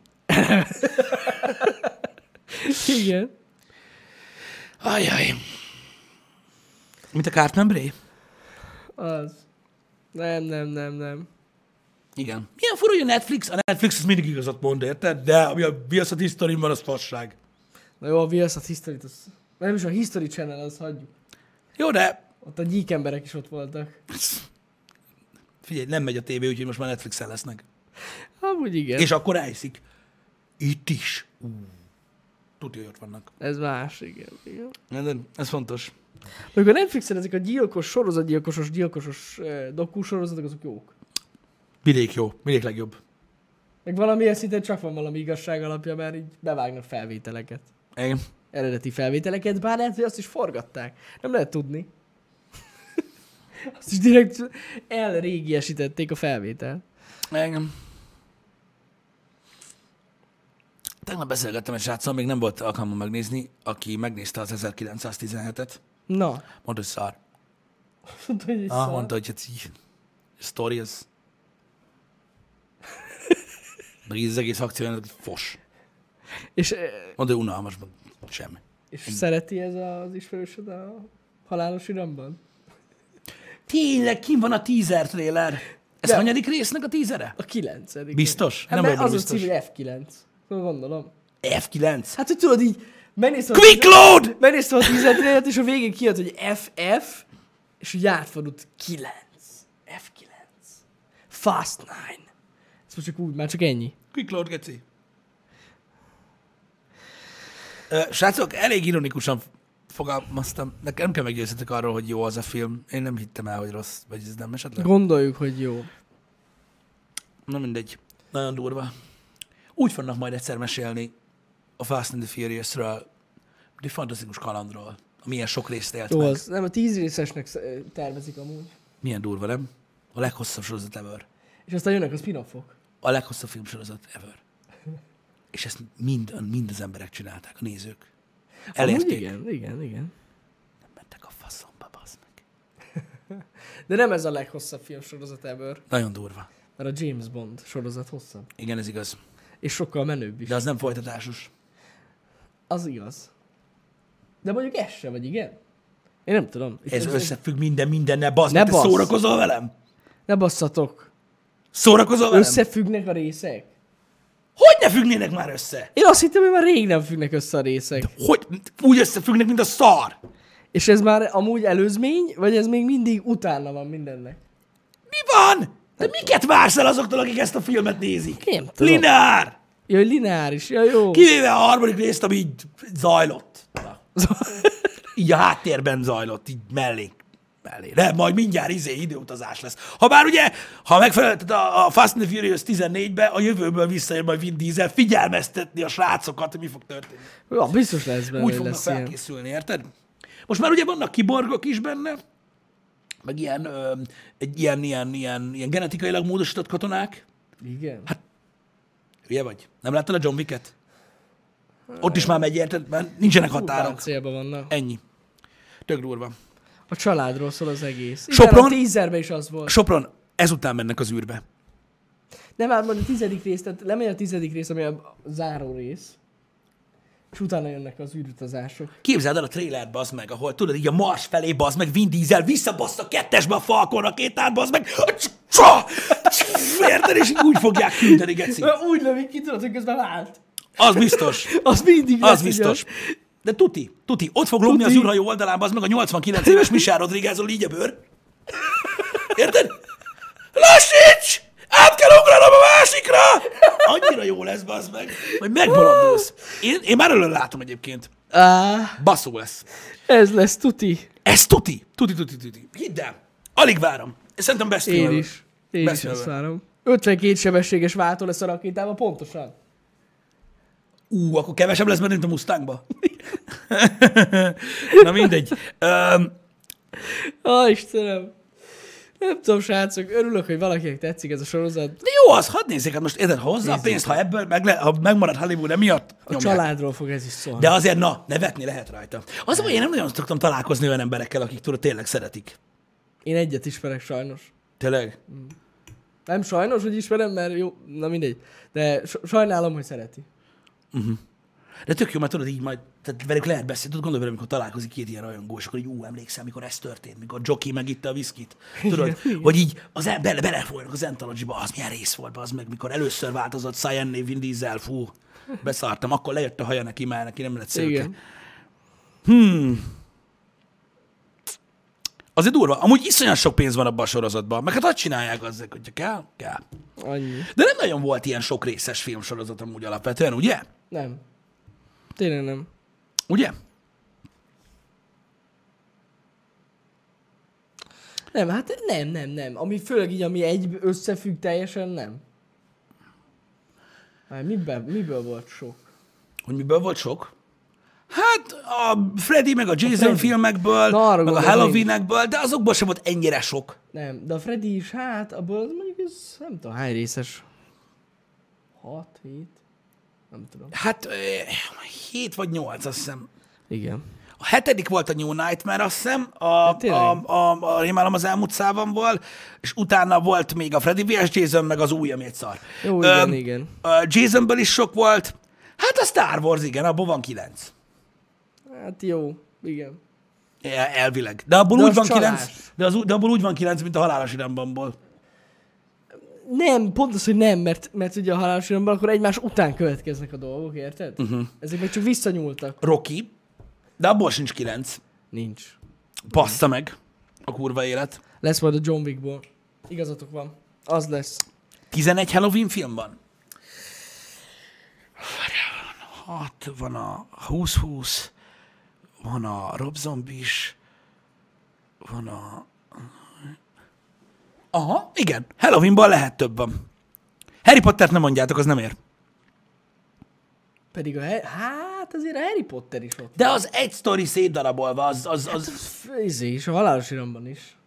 igen. Ajjaj. Mint a Cartman Az. Nem, nem, nem, nem. Igen. Milyen fura, hogy a Netflix, a Netflix az mindig igazat mond, érted? De ami a Viaszat History van, az fasság. Na jó, a Viaszat History-t, az... Nem is a History Channel, az hagyjuk. Jó, de Ott a gyík emberek is ott voltak. figyelj, nem megy a tévé, úgyhogy most már Netflixen lesznek. Amúgy igen. És akkor elhiszik. Itt is. Ú. Tudja, hogy ott vannak. Ez más, igen. igen. De ez fontos. Amikor Netflixen ezek a gyilkos, sorozatgyilkosos, gyilkosos eh, doku sorozatok, azok jók. Vidék jó. Vidék legjobb. Meg valamilyen szinten csak van valami igazság alapja, mert így bevágnak felvételeket. Igen. Eredeti felvételeket, bár lehet, hogy azt is forgatták. Nem lehet tudni. Azt is direkt elrégiesítették a felvétel. Igen. Tegnap beszélgettem egy sráccal, még nem volt alkalmam megnézni, aki megnézte az ezerkilencszáztizenhetet. Na. Mondta, hogy szar. Mondta, hogy egy Ah, szar. mondta, hogy hát így, a sztori az... Meg így az egész akció, hogy fos. És, eh, Mondta, hogy unalmas, meg semmi. és szereti ez az ismerősöd a halálos iramban? Tényleg, kim van a teaser trailer? Ez De- hanyadik résznek a teasere? A kilencedik. Biztos? Hát Nem nem vagyok az biztos. a cím, hogy ef kilenc. Szóval gondolom. ef kilenc. Hát, hogy tudod így, megnéztem Quick load! megnéztem a teaser trailert, és a végén kijött, hogy ef ef, és úgy átfordult kilenc. ef kilenc. Fast nine. Ez most csak úgy, már csak ennyi. Quick load, geci. Ö, Srácok, elég ironikusan fogalmaztam. Nekem nem kell meggyőzhetek arról, hogy jó az a film. Én nem hittem el, hogy rossz, vagy ez nem esetleg. Gondoljuk, hogy jó. Na mindegy. Nagyon durva. Úgy fognak majd egyszer mesélni a Fast and the Furious-ről, egy fantasztikus kalandról, milyen sok részt élt Jó meg. az. Nem, a tíz részesnek sz- tervezik amúgy. Milyen durva, nem? A leghosszabb sorozat ever. És aztán jönnek a spin-offok. A leghosszabb filmsorozat ever. És ezt mind, mind az emberek csinálták, a nézők. Amúgy Elérték. igen, igen, igen. Nem mentek a faszomba, bazd meg. De nem ez a leghosszabb filmsorozat ever, Nagyon durva. mert a James Bond sorozat hosszabb. Igen, ez igaz. És sokkal menőbb is. De az nem folytatásos. Az igaz. De mondjuk ez sem, vagy igen? Én nem tudom. Itt Ez összefügg minden mindennel, bazd Ne meg, te bassz. szórakozol velem? Ne basszatok. Szórakozol velem? Összefüggnek a részek? Hogy ne függnének már össze? Én azt hittem, hogy már rég nem függnek össze a részek. Hogy úgy összefüggnek, mint a szar? És ez már amúgy előzmény, vagy ez még mindig utána van mindennek? Mi van? De miket vársz el azoktól, akik ezt a filmet nézik? Nem tudom. Linár! Ja, hogy lineáris, ja jó. Kivéve a harmadik részt, ami így zajlott. Na. Így a háttérben zajlott, így mellé. mellé. De majd mindjárt izé időutazás lesz. Ha bár ugye, ha megfelelted a, a Fast and the Furious tizennégybe, a jövőből visszajön majd Vin Diesel figyelmeztetni a srácokat, hogy mi fog történni. Ja, biztos lesz benne, Úgy hogy fognak lesz ilyen. felkészülni, érted? Most már ugye vannak kiborgok is benne, meg ilyen, ö, egy ilyen, ilyen, ilyen, ilyen genetikailag módosított katonák. Igen. Hát, hülye vagy? Nem láttad a John Wicket? Ott is már megy, érted? Mert nincsenek határok. Célban vannak. Ennyi. Tök durva. A családról szól az egész. Sopron- Igen, a teaserben is az volt. Sopron, ezután mennek az űrbe. Nem, már majd a tizedik rész, tehát lemegy a tizedik rész, ami a záró rész. És utána jönnek az űrutazások. Képzeld el a trailer, bazd meg, ahol tudod, így a Mars felé, bazd meg, Vin Diesel visszabasz a kettesbe a Falcon rakétát, bazd meg, érted, és így úgy fogják küldeni, geci. Úgy lövik ki, tudod, hogy közben vált. Az biztos. Az mindig lesz, Az biztos. De tuti, tuti. Ott fog lógni az Tuti. űrhajó oldalán, az meg a nyolcvankilenc éves Michelle Rodriguez-ol így a bőr. Érted? Lassíts! Át kell ugranom a másikra! Annyira jó lesz, bazd meg. Majd megbolondulsz. Én, én már előre látom egyébként. Á, Baszó lesz. ez lesz tuti. Ez tuti. Tuti, tuti, tuti. Hidd el. Alig várom. Szerintem best film Én ever. is. Én Best is film ezt ever. várom. ötvenkét sebességes váltó lesz a rakétában, pontosan. Ú, akkor kevesebb lesz benne, mint a Mustangba. Na mindegy. Um, Á, Istenem. Nem tudom, srácok, örülök, hogy valakinek tetszik ez a sorozat. de jó az, hadd nézzék, hát most érted, hozzá a pénzt, ha ebből meg le, ha megmarad Hollywood emiatt, A nyomják. családról fog ez is szólni. De azért, na, nevetni lehet rajta. Az, hogy én nem nagyon szoktam találkozni olyan emberekkel, akik tudod, tényleg szeretik. Én egyet ismerek sajnos. Tényleg? Nem sajnos, hogy ismerem, mert jó, na mindegy. De s- sajnálom, hogy szereti. De tök jó, mert tudod, így majd, tehát velük lehet beszélni, tudod, gondolj vele, amikor találkozik két ilyen rajongó, és akkor így, ú, emlékszem, mikor ez történt, mikor Jockey megitta a viszkit. Tudod, hogy így az, e- bele, belefolynak az Anthology-ba, az milyen rész volt, az meg, mikor először változott Cyan Vin Diesel, fú, beszartam, akkor lejött a haja neki, már neki nem lett szőke. Igen. Azért durva. Amúgy iszonyat sok pénz van abban a sorozatban, meg hát azt csinálják azzal, hogyha kell, kell. Annyi. De nem nagyon volt ilyen sok részes filmsorozat amúgy alapvetően, ugye? Nem. Tényleg nem. Ugye? Nem, hát nem, nem, nem. Ami főleg így, ami egy összefügg teljesen, nem. Hát miből, miből volt sok? Hogy miből volt sok? Hát a Freddy meg a Jason Freddy. filmekből, Na, arra meg a gondolom Halloweenekből, de azokból sem volt ennyire sok. Nem, de a Freddy is, hát, abból az mondjuk ez, nem tudom, hány részes? Hat, hét? Nem tudom. Hát eh, hét vagy nyolc, azt hiszem. Igen. A hetedik volt a New Nightmare, azt hiszem, a, a, tényleg? a, a, a Rémálom az elmúlt szávamból, és utána volt még a Freddy vé es Jason, meg az új, ami egy szar. Jó, igen, Öm, igen. a Jasonből is sok volt. Hát a Star Wars, igen, abból van kilenc. Hát jó, igen. El- Elvileg. De abból De úgy az van csalás. kilenc, de, az, de abból úgy van kilenc, mint a Halálos irambanból. Nem, pont az, hogy nem, mert, mert ugye a halálos iramban akkor egymás után következnek a dolgok, érted? Uh-huh. Ezek meg csak visszanyúltak. Rocky, de abból sincs kilenc. Nincs. Bassza meg a kurva élet. Lesz majd a John Wickból. Igazatok van. Az lesz. tizenegy Halloween film van. hat, van a húsz húsz, van a Rob Zombie-s, van a... Aha, igen, Halloweenban lehet több van. Harry Pottert nem mondjátok, az nem ér. Pedig a... Hát azért a Harry Potter is ott. De az egy sztori szétdarabolva, az... az, az... F- Izé is, a halálos iramban is.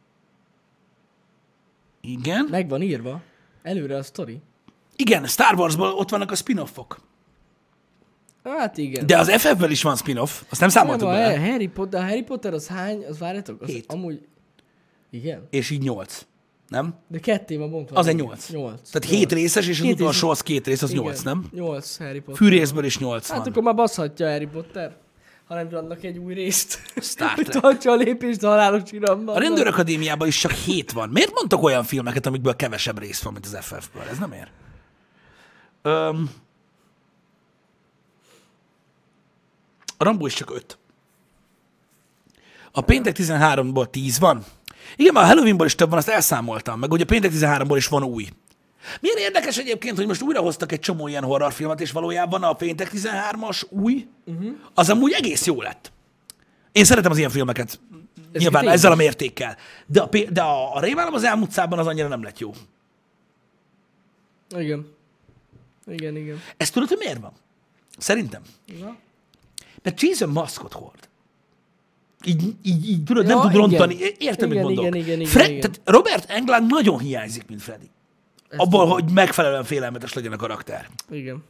Igen. Meg van írva. Előre a sztori. Igen, Star Warsból ott vannak a spin-offok. Hát igen. De az ef ef-ből is van spin-off, azt nem számoltuk nem, a bele. Harry Potter, a Harry Potter az hány? Az várjátok? Az Hét. amúgy... Igen. És így nyolc. Nem? De ketté van bontva. Az egy nyolc. Nyolc. Tehát Nyolc. hét részes, és az Két utolsó rész- az két rész, az Igen. nyolc, nem? Nyolc Harry Potter. Fűrészből is nyolc Hát van. akkor már baszhatja Harry Potter. Ha nem adnak egy új részt. Star Hogy Trek. tartsa a lépést a halálos iramban. A Rendőrakadémiában is csak hét van. Miért mondtok olyan filmeket, amikből kevesebb rész van, mint az ef ef-ből? Ez nem ér. Öm... A Rambo is csak öt. A Péntek tizenháromból tíz van. Igen, már a Halloweenból is több van, azt elszámoltam. Meg ugye a Péntek tizenháromból is van új. Milyen érdekes egyébként, hogy most újra hoztak egy csomó ilyen horrorfilmet, és valójában a Péntek tizenhármas új, uh-huh. az amúgy egész jó lett. Én szeretem az ilyen filmeket, Ez nyilván tényleg. ezzel a mértékkel. De a, pé- de a, a Rémálom az elmúlt szában az annyira nem lett jó. Igen. Igen, igen. Ezt tudod, hogy miért van? Szerintem. Na. Mert Jason maszkot hord. Így, így, így tudod, Ja, nem tud igen. rontani. Érted, mit Igen, mondok? igen, igen, igen, Fred, igen. Tehát Robert Englund nagyon hiányzik, mint Freddy. Ezt Abból, tudom. hogy megfelelően félelmetes legyen a karakter. Igen.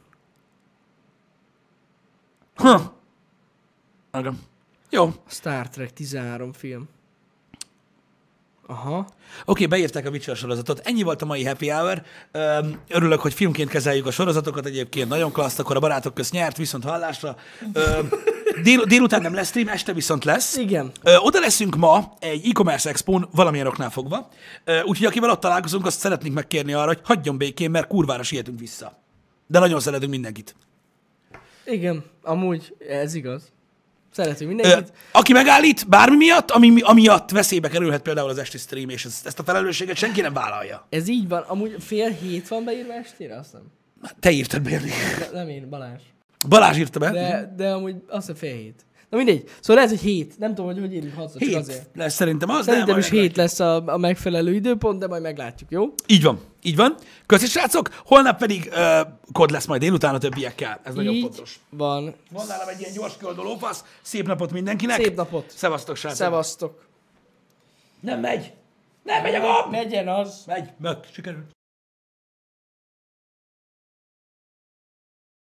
Ha. Igen. Jó. Star Trek tizenhárom film. Aha. Oké, okay, beírták a Witcher sorozatot. Ennyi volt a mai happy hour. Öm, Örülök, hogy filmként kezeljük a sorozatokat. Egyébként nagyon klassz, akkor a barátok közt nyert, viszont hallásra. Öm, Dél, délután nem lesz stream, este viszont lesz. Igen. Ö, oda leszünk ma egy e-commerce expón valamilyen oknál fogva. Ö, úgyhogy akivel ott találkozunk, azt szeretnénk megkérni arra, hogy hagyjon békén, mert kurvára sietünk vissza. De nagyon szeretünk mindenkit. Igen, amúgy ez igaz. Szeretünk Ö, mindenkit. aki megállít bármi miatt, ami, amiatt veszélybe kerülhet például az esti stream, és ezt, ezt a felelősséget senki nem vállalja. Ez így van. Amúgy fél hét van beírva estére, azt hiszem. Te írtad be, Jani. De, nem én, Balázs. Balázs írta be. De, de amúgy azt hiszem fél hét. Na mindegy. Szóval lehet, hogy hét. Nem tudom, hogy hogy írjuk hatszor, csak Hét azért. lesz szerintem az, Szerintem de majd is meglátjuk. hét lesz a, a megfelelő időpont, de majd meglátjuk, jó? Így van, így van. Köszi, srácok. Holnap pedig uh, kod lesz majd délután a többiekkel. Ez nagyon Így fontos. van. Van nálam egy ilyen gyors köldő lófasz. Szép napot mindenkinek. Szép napot. Szevasztok, srácok. Szevasztok. Nem megy. Nem megy a gomb. Megyen az. Megy. Meg. Sikerült.